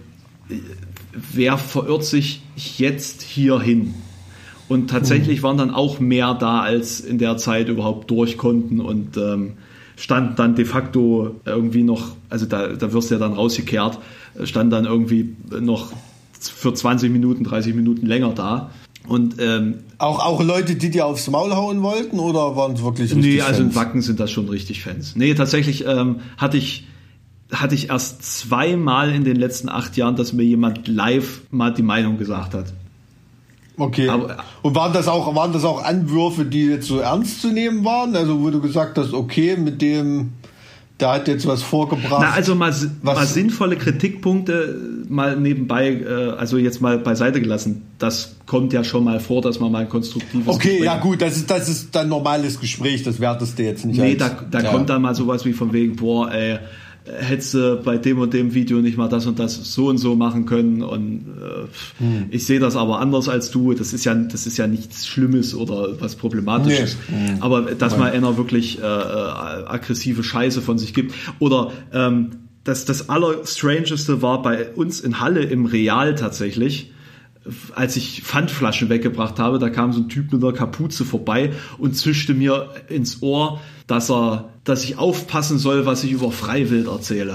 wer verirrt sich jetzt hier hin? Und tatsächlich waren dann auch mehr da, als in der Zeit überhaupt durch konnten und standen dann de facto irgendwie noch, also da wirst du ja dann rausgekehrt, stand dann irgendwie noch für 20 Minuten, 30 Minuten länger da. Und auch Leute, die dir aufs Maul hauen wollten, oder waren es wirklich richtig Nee, also Fans? in Wacken sind das schon richtig Fans. Nee, tatsächlich hatte ich erst zweimal in den letzten 8 Jahren, dass mir jemand live mal die Meinung gesagt hat. Okay. Und waren das auch Anwürfe, die jetzt so ernst zu nehmen waren? Also wo du gesagt hast, okay, mit dem, der hat jetzt was vorgebracht. Na, also mal sinnvolle Kritikpunkte mal nebenbei, also jetzt mal beiseite gelassen. Das kommt ja schon mal vor, dass man mal ein konstruktives Gespräch. Ja gut, das ist dann normales Gespräch, das wertest du jetzt nicht. Nee, da kommt dann mal sowas wie von wegen, boah, ey, hättest du bei dem und dem Video nicht mal das und das so und so machen können und ich sehe das aber anders als du. Das ist ja nichts Schlimmes oder was Problematisches. Nee. Aber dass mal einer wirklich aggressive Scheiße von sich gibt. Oder das Allerstrangeste war bei uns in Halle im Real tatsächlich, als ich Pfandflaschen weggebracht habe, da kam so ein Typ mit einer Kapuze vorbei und zischte mir ins Ohr, dass ich aufpassen soll, was ich über Freiwild erzähle.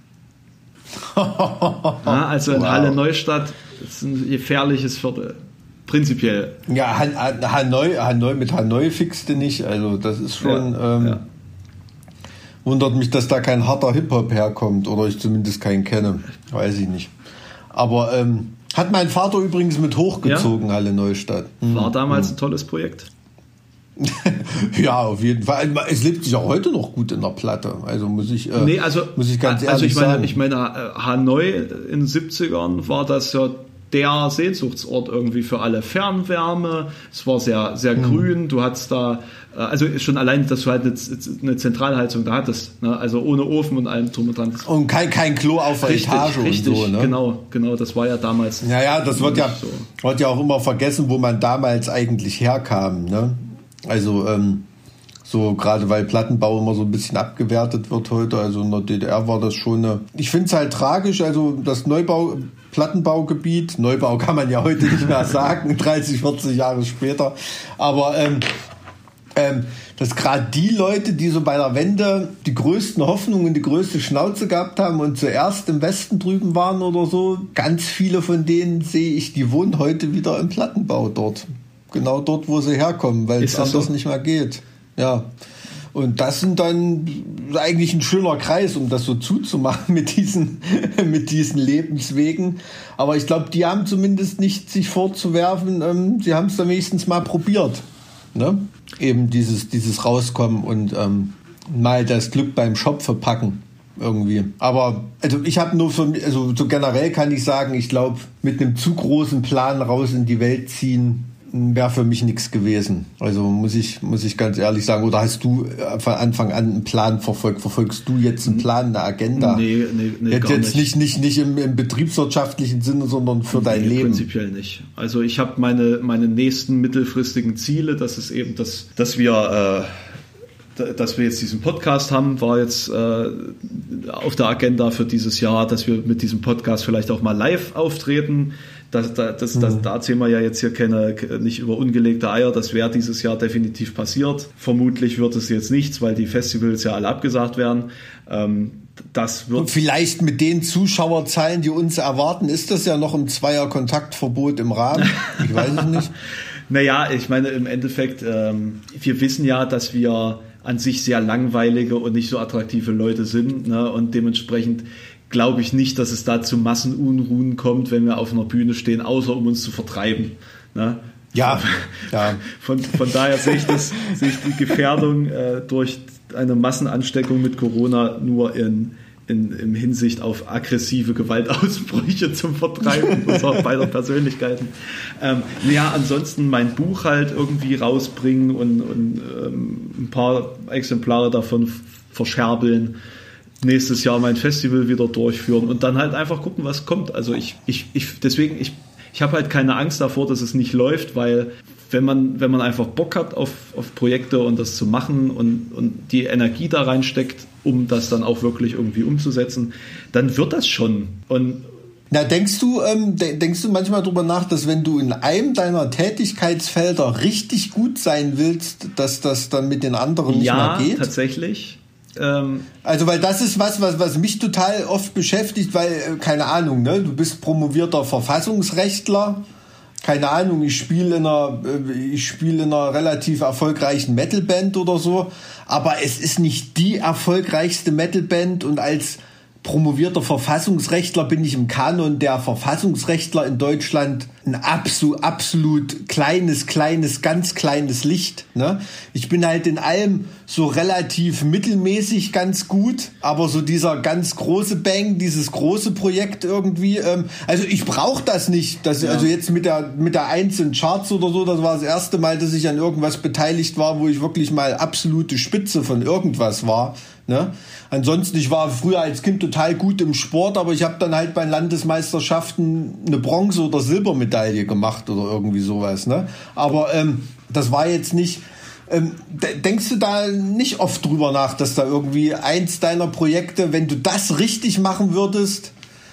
Ja, also in Halle Neustadt ist ein gefährliches Viertel. Prinzipiell. Ja, Hanoi fixt du nicht. Also das ist schon... Wundert mich, dass da kein harter Hip-Hop herkommt. Oder ich zumindest keinen kenne. Weiß ich nicht. Aber... hat mein Vater übrigens mit hochgezogen, Halle Neustadt. War damals ein tolles Projekt. Ja, auf jeden Fall. Es lebt sich auch heute noch gut in der Platte. Also muss ich ganz ehrlich sagen. Ich meine, Hanoi in den 70ern war das ja der Sehnsuchtsort irgendwie für alle. Fernwärme, es war sehr, sehr grün. Du hattest da, also schon allein, dass du halt eine Zentralheizung da hattest, ne? Also ohne Ofen und allem drum und dran. Und kein Klo auf der Etage und so, ne? Genau, das war ja damals. Ja, das wird ja auch immer vergessen, wo man damals eigentlich herkam, ne? Also, so gerade weil Plattenbau immer so ein bisschen abgewertet wird heute, also in der DDR war das schon ich finde es halt tragisch, also das Plattenbaugebiet, Neubau kann man ja heute nicht mehr sagen, 30, 40 Jahre später, aber dass gerade die Leute, die so bei der Wende die größten Hoffnungen, die größte Schnauze gehabt haben und zuerst im Westen drüben waren oder so, ganz viele von denen sehe ich, die wohnen heute wieder im Plattenbau dort. Genau dort, wo sie herkommen, weil es anders nicht mehr geht. Ja. Und das sind dann eigentlich ein schöner Kreis, um das so zuzumachen mit diesen Lebenswegen. Aber ich glaube, die haben zumindest nicht sich vorzuwerfen, sie haben es dann wenigstens mal probiert. Ne? Eben dieses Rauskommen und mal das Glück beim Schopfe packen. Irgendwie. Aber also ich habe nur so generell kann ich sagen, ich glaube, mit einem zu großen Plan raus in die Welt ziehen, wäre für mich nichts gewesen. Also muss ich ganz ehrlich sagen. Oder hast du von Anfang an einen Plan verfolgt? Verfolgst du jetzt einen Plan, eine Agenda? Nee, jetzt nicht im betriebswirtschaftlichen Sinne, sondern für dein Leben? Prinzipiell nicht. Also ich habe meine nächsten mittelfristigen Ziele, das ist eben, dass wir jetzt diesen Podcast haben, war jetzt auf der Agenda für dieses Jahr, dass wir mit diesem Podcast vielleicht auch mal live auftreten. Da erzählen wir ja jetzt hier nicht über ungelegte Eier, das wäre dieses Jahr definitiv passiert. Vermutlich wird es jetzt nichts, weil die Festivals ja alle abgesagt werden. Das wird und vielleicht mit den Zuschauerzahlen, die uns erwarten, ist das ja noch im Zweier-Kontaktverbot im Rahmen. Ich weiß es nicht. Naja, ich meine im Endeffekt, wir wissen ja, dass wir an sich sehr langweilige und nicht so attraktive Leute sind, ne? Und dementsprechend glaube ich nicht, dass es da zu Massenunruhen kommt, wenn wir auf einer Bühne stehen, außer um uns zu vertreiben. Ne? Ja. Von daher sehe ich die Gefährdung durch eine Massenansteckung mit Corona nur in Hinsicht auf aggressive Gewaltausbrüche zum Vertreiben unserer beider Persönlichkeiten. Ansonsten mein Buch halt irgendwie rausbringen und ein paar Exemplare davon verscherbeln. Nächstes Jahr mein Festival wieder durchführen und dann halt einfach gucken, was kommt. Also ich habe halt keine Angst davor, dass es nicht läuft, weil wenn man einfach Bock hat auf Projekte und das zu machen und die Energie da reinsteckt, um das dann auch wirklich irgendwie umzusetzen, dann wird das schon. Und denkst du manchmal drüber nach, dass wenn du in einem deiner Tätigkeitsfelder richtig gut sein willst, dass das dann mit den anderen nicht mehr geht? Ja, tatsächlich. Also, weil das ist was mich total oft beschäftigt, weil, keine Ahnung, ne, du bist promovierter Verfassungsrechtler, keine Ahnung, ich spiele in einer relativ erfolgreichen Metalband oder so, aber es ist nicht die erfolgreichste Metalband und als promovierter Verfassungsrechtler bin ich im Kanon der Verfassungsrechtler in Deutschland ein absolut kleines, ganz kleines Licht. Ne? Ich bin halt in allem so relativ mittelmäßig ganz gut, aber so dieser ganz große Bang, dieses große Projekt irgendwie, also ich brauche das nicht. Also jetzt mit der 1 in Charts oder so, das war das erste Mal, dass ich an irgendwas beteiligt war, wo ich wirklich mal absolute Spitze von irgendwas war. Ne? Ansonsten, ich war früher als Kind total gut im Sport, aber ich habe dann halt bei Landesmeisterschaften eine Bronze- oder Silbermedaille gemacht oder irgendwie sowas. Ne? Aber das war jetzt nicht... denkst du da nicht oft drüber nach, dass da irgendwie eins deiner Projekte, wenn du das richtig machen würdest,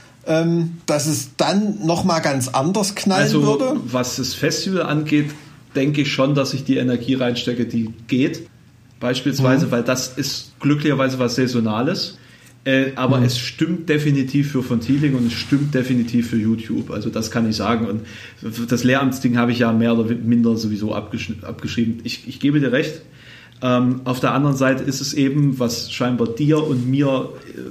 dass es dann nochmal ganz anders knallen würde? Also was das Festival angeht, denke ich schon, dass ich die Energie reinstecke, die geht. Beispielsweise, weil das ist glücklicherweise was Saisonales. Aber es stimmt definitiv für von Thieling und es stimmt definitiv für YouTube. Also das kann ich sagen. Und das Lehramtsding habe ich ja mehr oder minder sowieso abgeschrieben. Ich gebe dir recht. Auf der anderen Seite ist es eben, was scheinbar dir und mir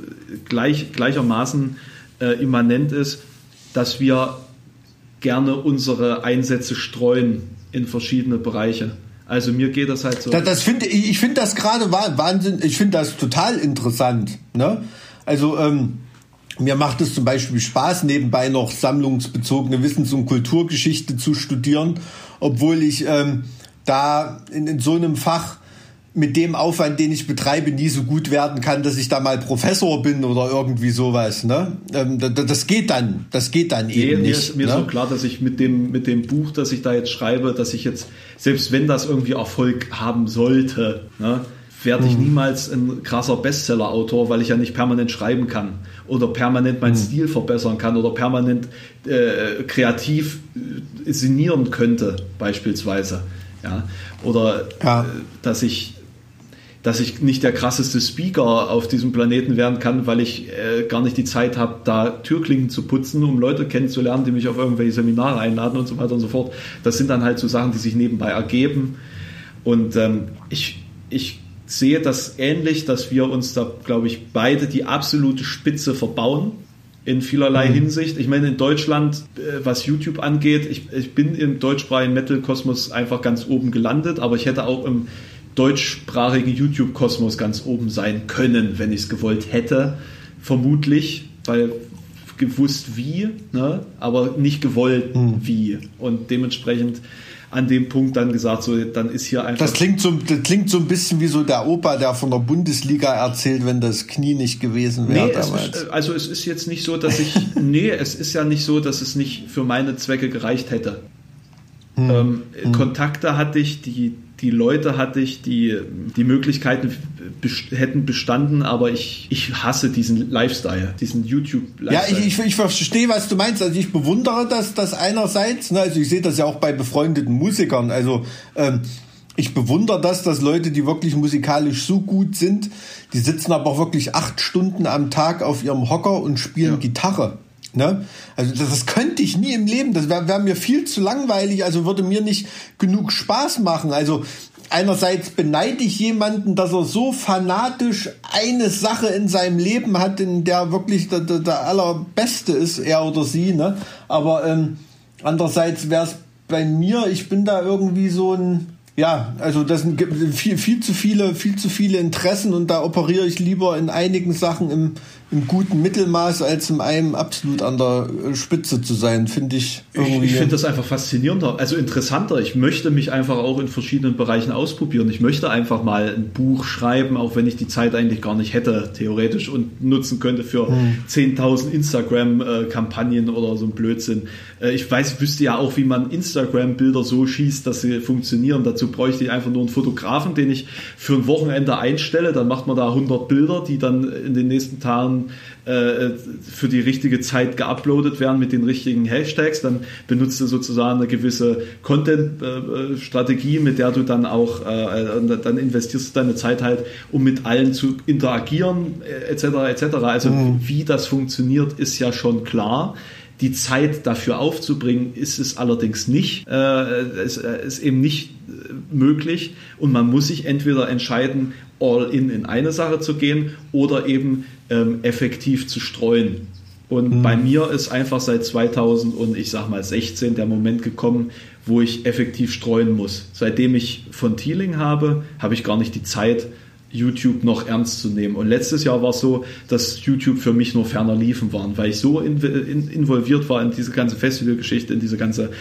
gleichermaßen immanent ist, dass wir gerne unsere Einsätze streuen in verschiedene Bereiche. Also mir geht das halt so. Ich finde das gerade Wahnsinn, ich finde das total interessant. Ne? Also mir macht es zum Beispiel Spaß, nebenbei noch sammlungsbezogene Wissens- und Kulturgeschichte zu studieren, obwohl ich da in so einem Fach mit dem Aufwand, den ich betreibe, nie so gut werden kann, dass ich da mal Professor bin oder irgendwie sowas. Ne? Das geht dann eben nicht. Mir ist so klar, dass ich mit dem Buch, das ich da jetzt schreibe, dass ich jetzt, selbst wenn das irgendwie Erfolg haben sollte, ne, werde ich niemals ein krasser Bestseller-Autor, weil ich ja nicht permanent schreiben kann oder permanent meinen Stil verbessern kann oder permanent kreativ sinnieren könnte, beispielsweise. Ja? Oder dass ich nicht der krasseste Speaker auf diesem Planeten werden kann, weil ich gar nicht die Zeit habe, da Türklingen zu putzen, um Leute kennenzulernen, die mich auf irgendwelche Seminare einladen und so weiter und so fort. Das sind dann halt so Sachen, die sich nebenbei ergeben. Und ich sehe das ähnlich, dass wir uns da, glaube ich, beide die absolute Spitze verbauen. In vielerlei Hinsicht. Ich meine, in Deutschland, was YouTube angeht, ich bin im deutschsprachigen Metal-Kosmos einfach ganz oben gelandet, aber ich hätte auch im deutschsprachigen YouTube-Kosmos ganz oben sein können, wenn ich es gewollt hätte. Vermutlich, weil gewusst wie, ne? Aber nicht gewollt wie. Und dementsprechend an dem Punkt dann gesagt, so, dann ist hier einfach... Das klingt so ein bisschen wie so der Opa, der von der Bundesliga erzählt, wenn das Knie nicht gewesen wäre damals. Es ist jetzt nicht so, dass es ist ja nicht so, dass es nicht für meine Zwecke gereicht hätte. Kontakte hatte ich, die Leute hatte ich, die Möglichkeiten hätten bestanden, aber ich hasse diesen Lifestyle, diesen YouTube-Lifestyle. Ja, ich verstehe, was du meinst. Also ich bewundere das einerseits, ne? Also ich sehe das ja auch bei befreundeten Musikern. Also ich bewundere dass Leute, die wirklich musikalisch so gut sind, die sitzen aber auch wirklich 8 Stunden am Tag auf ihrem Hocker und spielen Gitarre. Ne? Also das könnte ich nie im Leben, das wäre mir viel zu langweilig, also würde mir nicht genug Spaß machen. Also einerseits beneide ich jemanden, dass er so fanatisch eine Sache in seinem Leben hat, in der wirklich der Allerbeste ist, er oder sie. Ne? Aber andererseits wäre es bei mir, ich bin da irgendwie so ein... Ja, also das sind viel zu viele Interessen und da operiere ich lieber in einigen Sachen im guten Mittelmaß, als in einem absolut an der Spitze zu sein, finde ich irgendwie. Ich finde das einfach faszinierender, also interessanter. Ich möchte mich einfach auch in verschiedenen Bereichen ausprobieren. Ich möchte einfach mal ein Buch schreiben, auch wenn ich die Zeit eigentlich gar nicht hätte, theoretisch, und nutzen könnte für 10.000 Instagram-Kampagnen oder so ein Blödsinn. Ich wüsste ja auch, wie man Instagram-Bilder so schießt, dass sie funktionieren. Dazu bräuchte ich einfach nur einen Fotografen, den ich für ein Wochenende einstelle. Dann macht man da 100 Bilder, die dann in den nächsten Tagen für die richtige Zeit geuploadet werden mit den richtigen Hashtags. Dann benutzt du sozusagen eine gewisse Content-Strategie, mit der du dann auch, dann investierst du deine Zeit halt, um mit allen zu interagieren, etc. etc. Also wie das funktioniert, ist ja schon klar. Die Zeit dafür aufzubringen, ist es allerdings nicht. Es ist eben nicht möglich und man muss sich entweder entscheiden, all in eine Sache zu gehen oder eben effektiv zu streuen. Und bei mir ist einfach seit 2016 der Moment gekommen, wo ich effektiv streuen muss. Seitdem ich von Thieling habe ich gar nicht die Zeit, YouTube noch ernst zu nehmen. Und letztes Jahr war es so, dass YouTube für mich nur ferner Liefen waren, weil ich so involviert war in diese ganze Festivalgeschichte, in diese ganze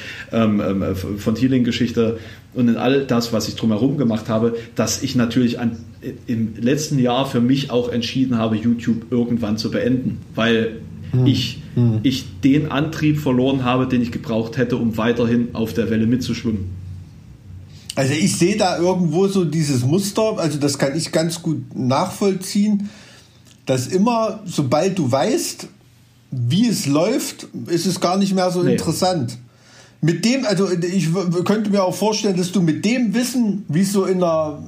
von Thieling-Geschichte und in all das, was ich drumherum gemacht habe, dass ich natürlich im letzten Jahr für mich auch entschieden habe, YouTube irgendwann zu beenden, weil ich den Antrieb verloren habe, den ich gebraucht hätte, um weiterhin auf der Welle mitzuschwimmen. Also ich sehe da irgendwo so dieses Muster, also das kann ich ganz gut nachvollziehen, dass immer, sobald du weißt, wie es läuft, ist es gar nicht mehr so interessant. Mit dem, also ich könnte mir auch vorstellen, dass du mit dem Wissen, wie es so in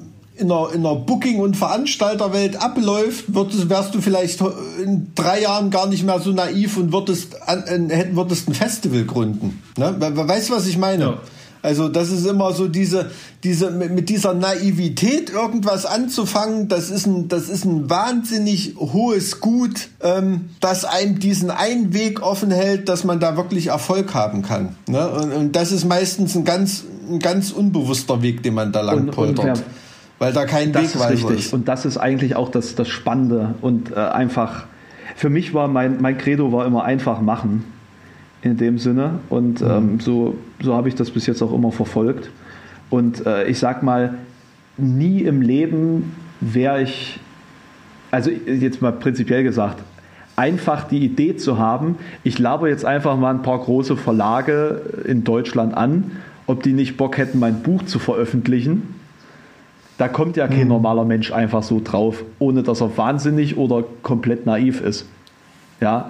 der Booking- und Veranstalterwelt abläuft, wärst du vielleicht in 3 Jahren gar nicht mehr so naiv und würdest ein Festival gründen. Ne? Weißt du, was ich meine? Ja. Also das ist immer so mit dieser Naivität irgendwas anzufangen, das ist ein wahnsinnig hohes Gut, das einem diesen einen Weg offen hält, dass man da wirklich Erfolg haben kann. Ne? Und das ist meistens ein ganz unbewusster Weg, den man da lang poltert. Weil da kein Wegweiser ist. Und das ist eigentlich auch das Spannende und einfach, für mich war mein Credo war immer einfach machen. In dem Sinne und so habe ich das bis jetzt auch immer verfolgt und ich sag mal, nie im Leben wäre ich, also jetzt mal prinzipiell gesagt, einfach die Idee zu haben, ich laber jetzt einfach mal ein paar große Verlage in Deutschland an, ob die nicht Bock hätten, mein Buch zu veröffentlichen. Da kommt ja kein normaler Mensch einfach so drauf, ohne dass er wahnsinnig oder komplett naiv ist. Ja,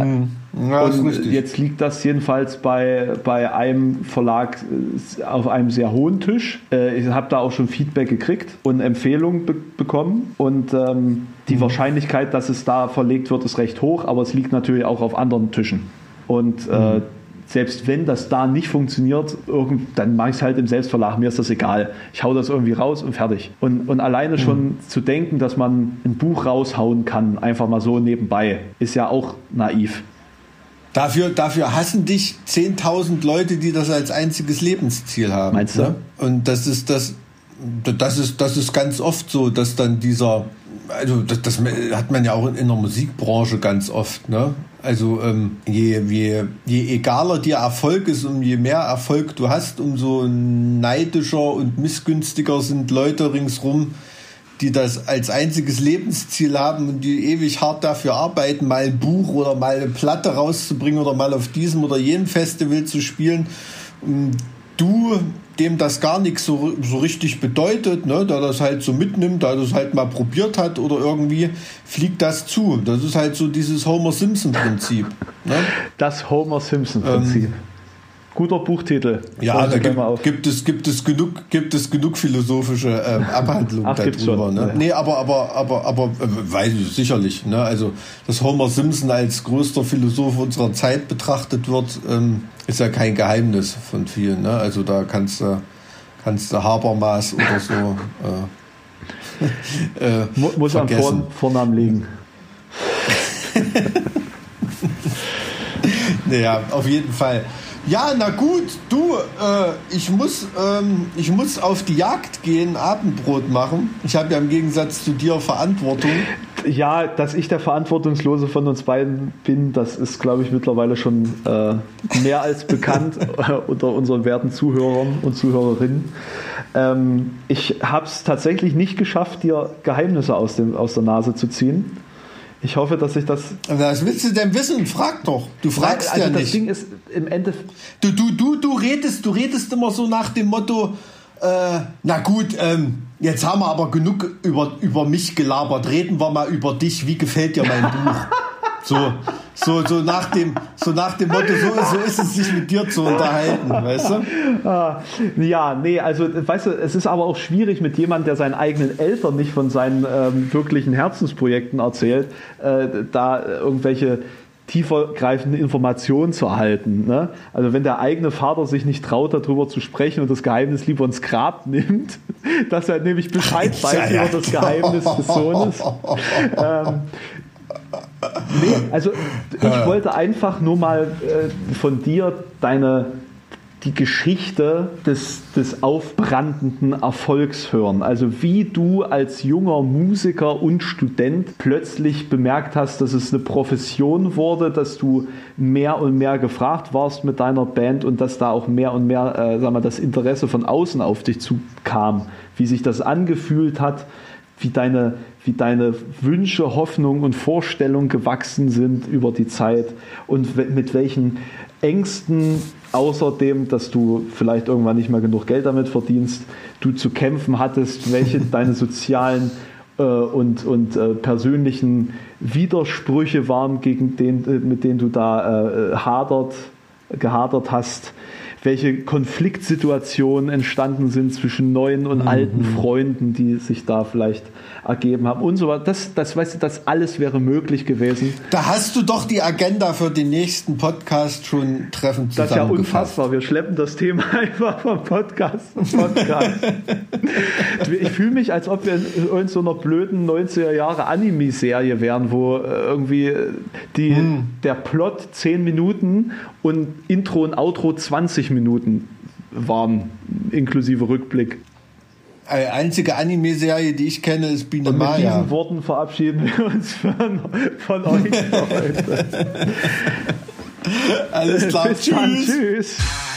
und jetzt liegt das jedenfalls bei einem Verlag auf einem sehr hohen Tisch. Ich habe da auch schon Feedback gekriegt und Empfehlungen bekommen und die Wahrscheinlichkeit, dass es da verlegt wird, ist recht hoch, aber es liegt natürlich auch auf anderen Tischen. Und selbst wenn das da nicht funktioniert, dann mache ich es halt im Selbstverlag, mir ist das egal. Ich hau das irgendwie raus und fertig. Und alleine schon zu denken, dass man ein Buch raushauen kann, einfach mal so nebenbei, ist ja auch naiv. Dafür hassen dich 10.000 Leute, die das als einziges Lebensziel haben. Meinst du? Ne? Und das ist ganz oft so, dass dann also das hat man ja auch in der Musikbranche ganz oft, ne? Also je egaler dir Erfolg ist und je mehr Erfolg du hast, umso neidischer und missgünstiger sind Leute ringsrum, die das als einziges Lebensziel haben und die ewig hart dafür arbeiten, mal ein Buch oder mal eine Platte rauszubringen oder mal auf diesem oder jenem Festival zu spielen. Und du, dem das gar nichts so richtig bedeutet, ne, der das halt so mitnimmt, der das halt mal probiert hat oder irgendwie, fliegt das zu. Das ist halt so dieses Homer-Simpson-Prinzip. Ne? Das Homer-Simpson-Prinzip. Guter Buchtitel. Ja, da gibt es genug philosophische Abhandlungen darüber. Ne? Nee, aber weiß ich sicherlich. Ne? Also, dass Homer Simpson als größter Philosoph unserer Zeit betrachtet wird, ist ja kein Geheimnis von vielen. Ne? Also da kannst du Habermas oder so muss am Vornamen liegen. Naja, auf jeden Fall. Ja, na gut, du, ich muss auf die Jagd gehen, Abendbrot machen. Ich habe ja im Gegensatz zu dir Verantwortung. Ja, dass ich der Verantwortungslose von uns beiden bin, das ist, glaube ich, mittlerweile schon mehr als bekannt unter unseren werten Zuhörern und Zuhörerinnen. Ich habe es tatsächlich nicht geschafft, dir Geheimnisse aus der Nase zu ziehen. Ich hoffe, dass ich das... Was willst du denn wissen? Frag doch. Du fragst ja nicht. Das Ding ist im Endeffekt... Du redest immer so nach dem Motto, na gut, jetzt haben wir aber genug über mich gelabert. Reden wir mal über dich. Wie gefällt dir mein Buch? So nach dem Motto, so ist es, sich mit dir zu unterhalten, weißt du? Ja, nee, also weißt du, es ist aber auch schwierig mit jemandem, der seinen eigenen Eltern nicht von seinen wirklichen Herzensprojekten erzählt, da irgendwelche tiefergreifende Informationen zu erhalten. Ne? Also wenn der eigene Vater sich nicht traut, darüber zu sprechen und das Geheimnis lieber ins Grab nimmt, dass er nämlich Bescheid weiß über das Geheimnis des Sohnes. Nee, also ich wollte einfach nur mal von dir die Geschichte des aufbrandenden Erfolgs hören. Also wie du als junger Musiker und Student plötzlich bemerkt hast, dass es eine Profession wurde, dass du mehr und mehr gefragt warst mit deiner Band und dass da auch mehr und mehr das Interesse von außen auf dich zukam. Wie sich das angefühlt hat, wie deine Wünsche, Hoffnungen und Vorstellungen gewachsen sind über die Zeit und mit welchen Ängsten, außerdem, dass du vielleicht irgendwann nicht mehr genug Geld damit verdienst, du zu kämpfen hattest, welche deine sozialen und persönlichen Widersprüche waren, mit denen du da gehadert hast, welche Konfliktsituationen entstanden sind zwischen neuen und alten Freunden, die sich da vielleicht ergeben haben und so weiter. Das weißt du, das alles wäre möglich gewesen. Da hast du doch die Agenda für den nächsten Podcast schon treffend zusammengefasst. Das ist ja unfassbar. Wir schleppen das Thema einfach vom Podcast zum Podcast. Ich fühle mich, als ob wir in so einer blöden 90er Jahre Anime-Serie wären, wo irgendwie der Plot 10 Minuten und Intro und Outro 20 Minuten waren, inklusive Rückblick. Die einzige Anime-Serie, die ich kenne, ist Biene Maya. Mit diesen Worten verabschieden wir uns von euch heute. Alles klar, Bis dann, tschüss.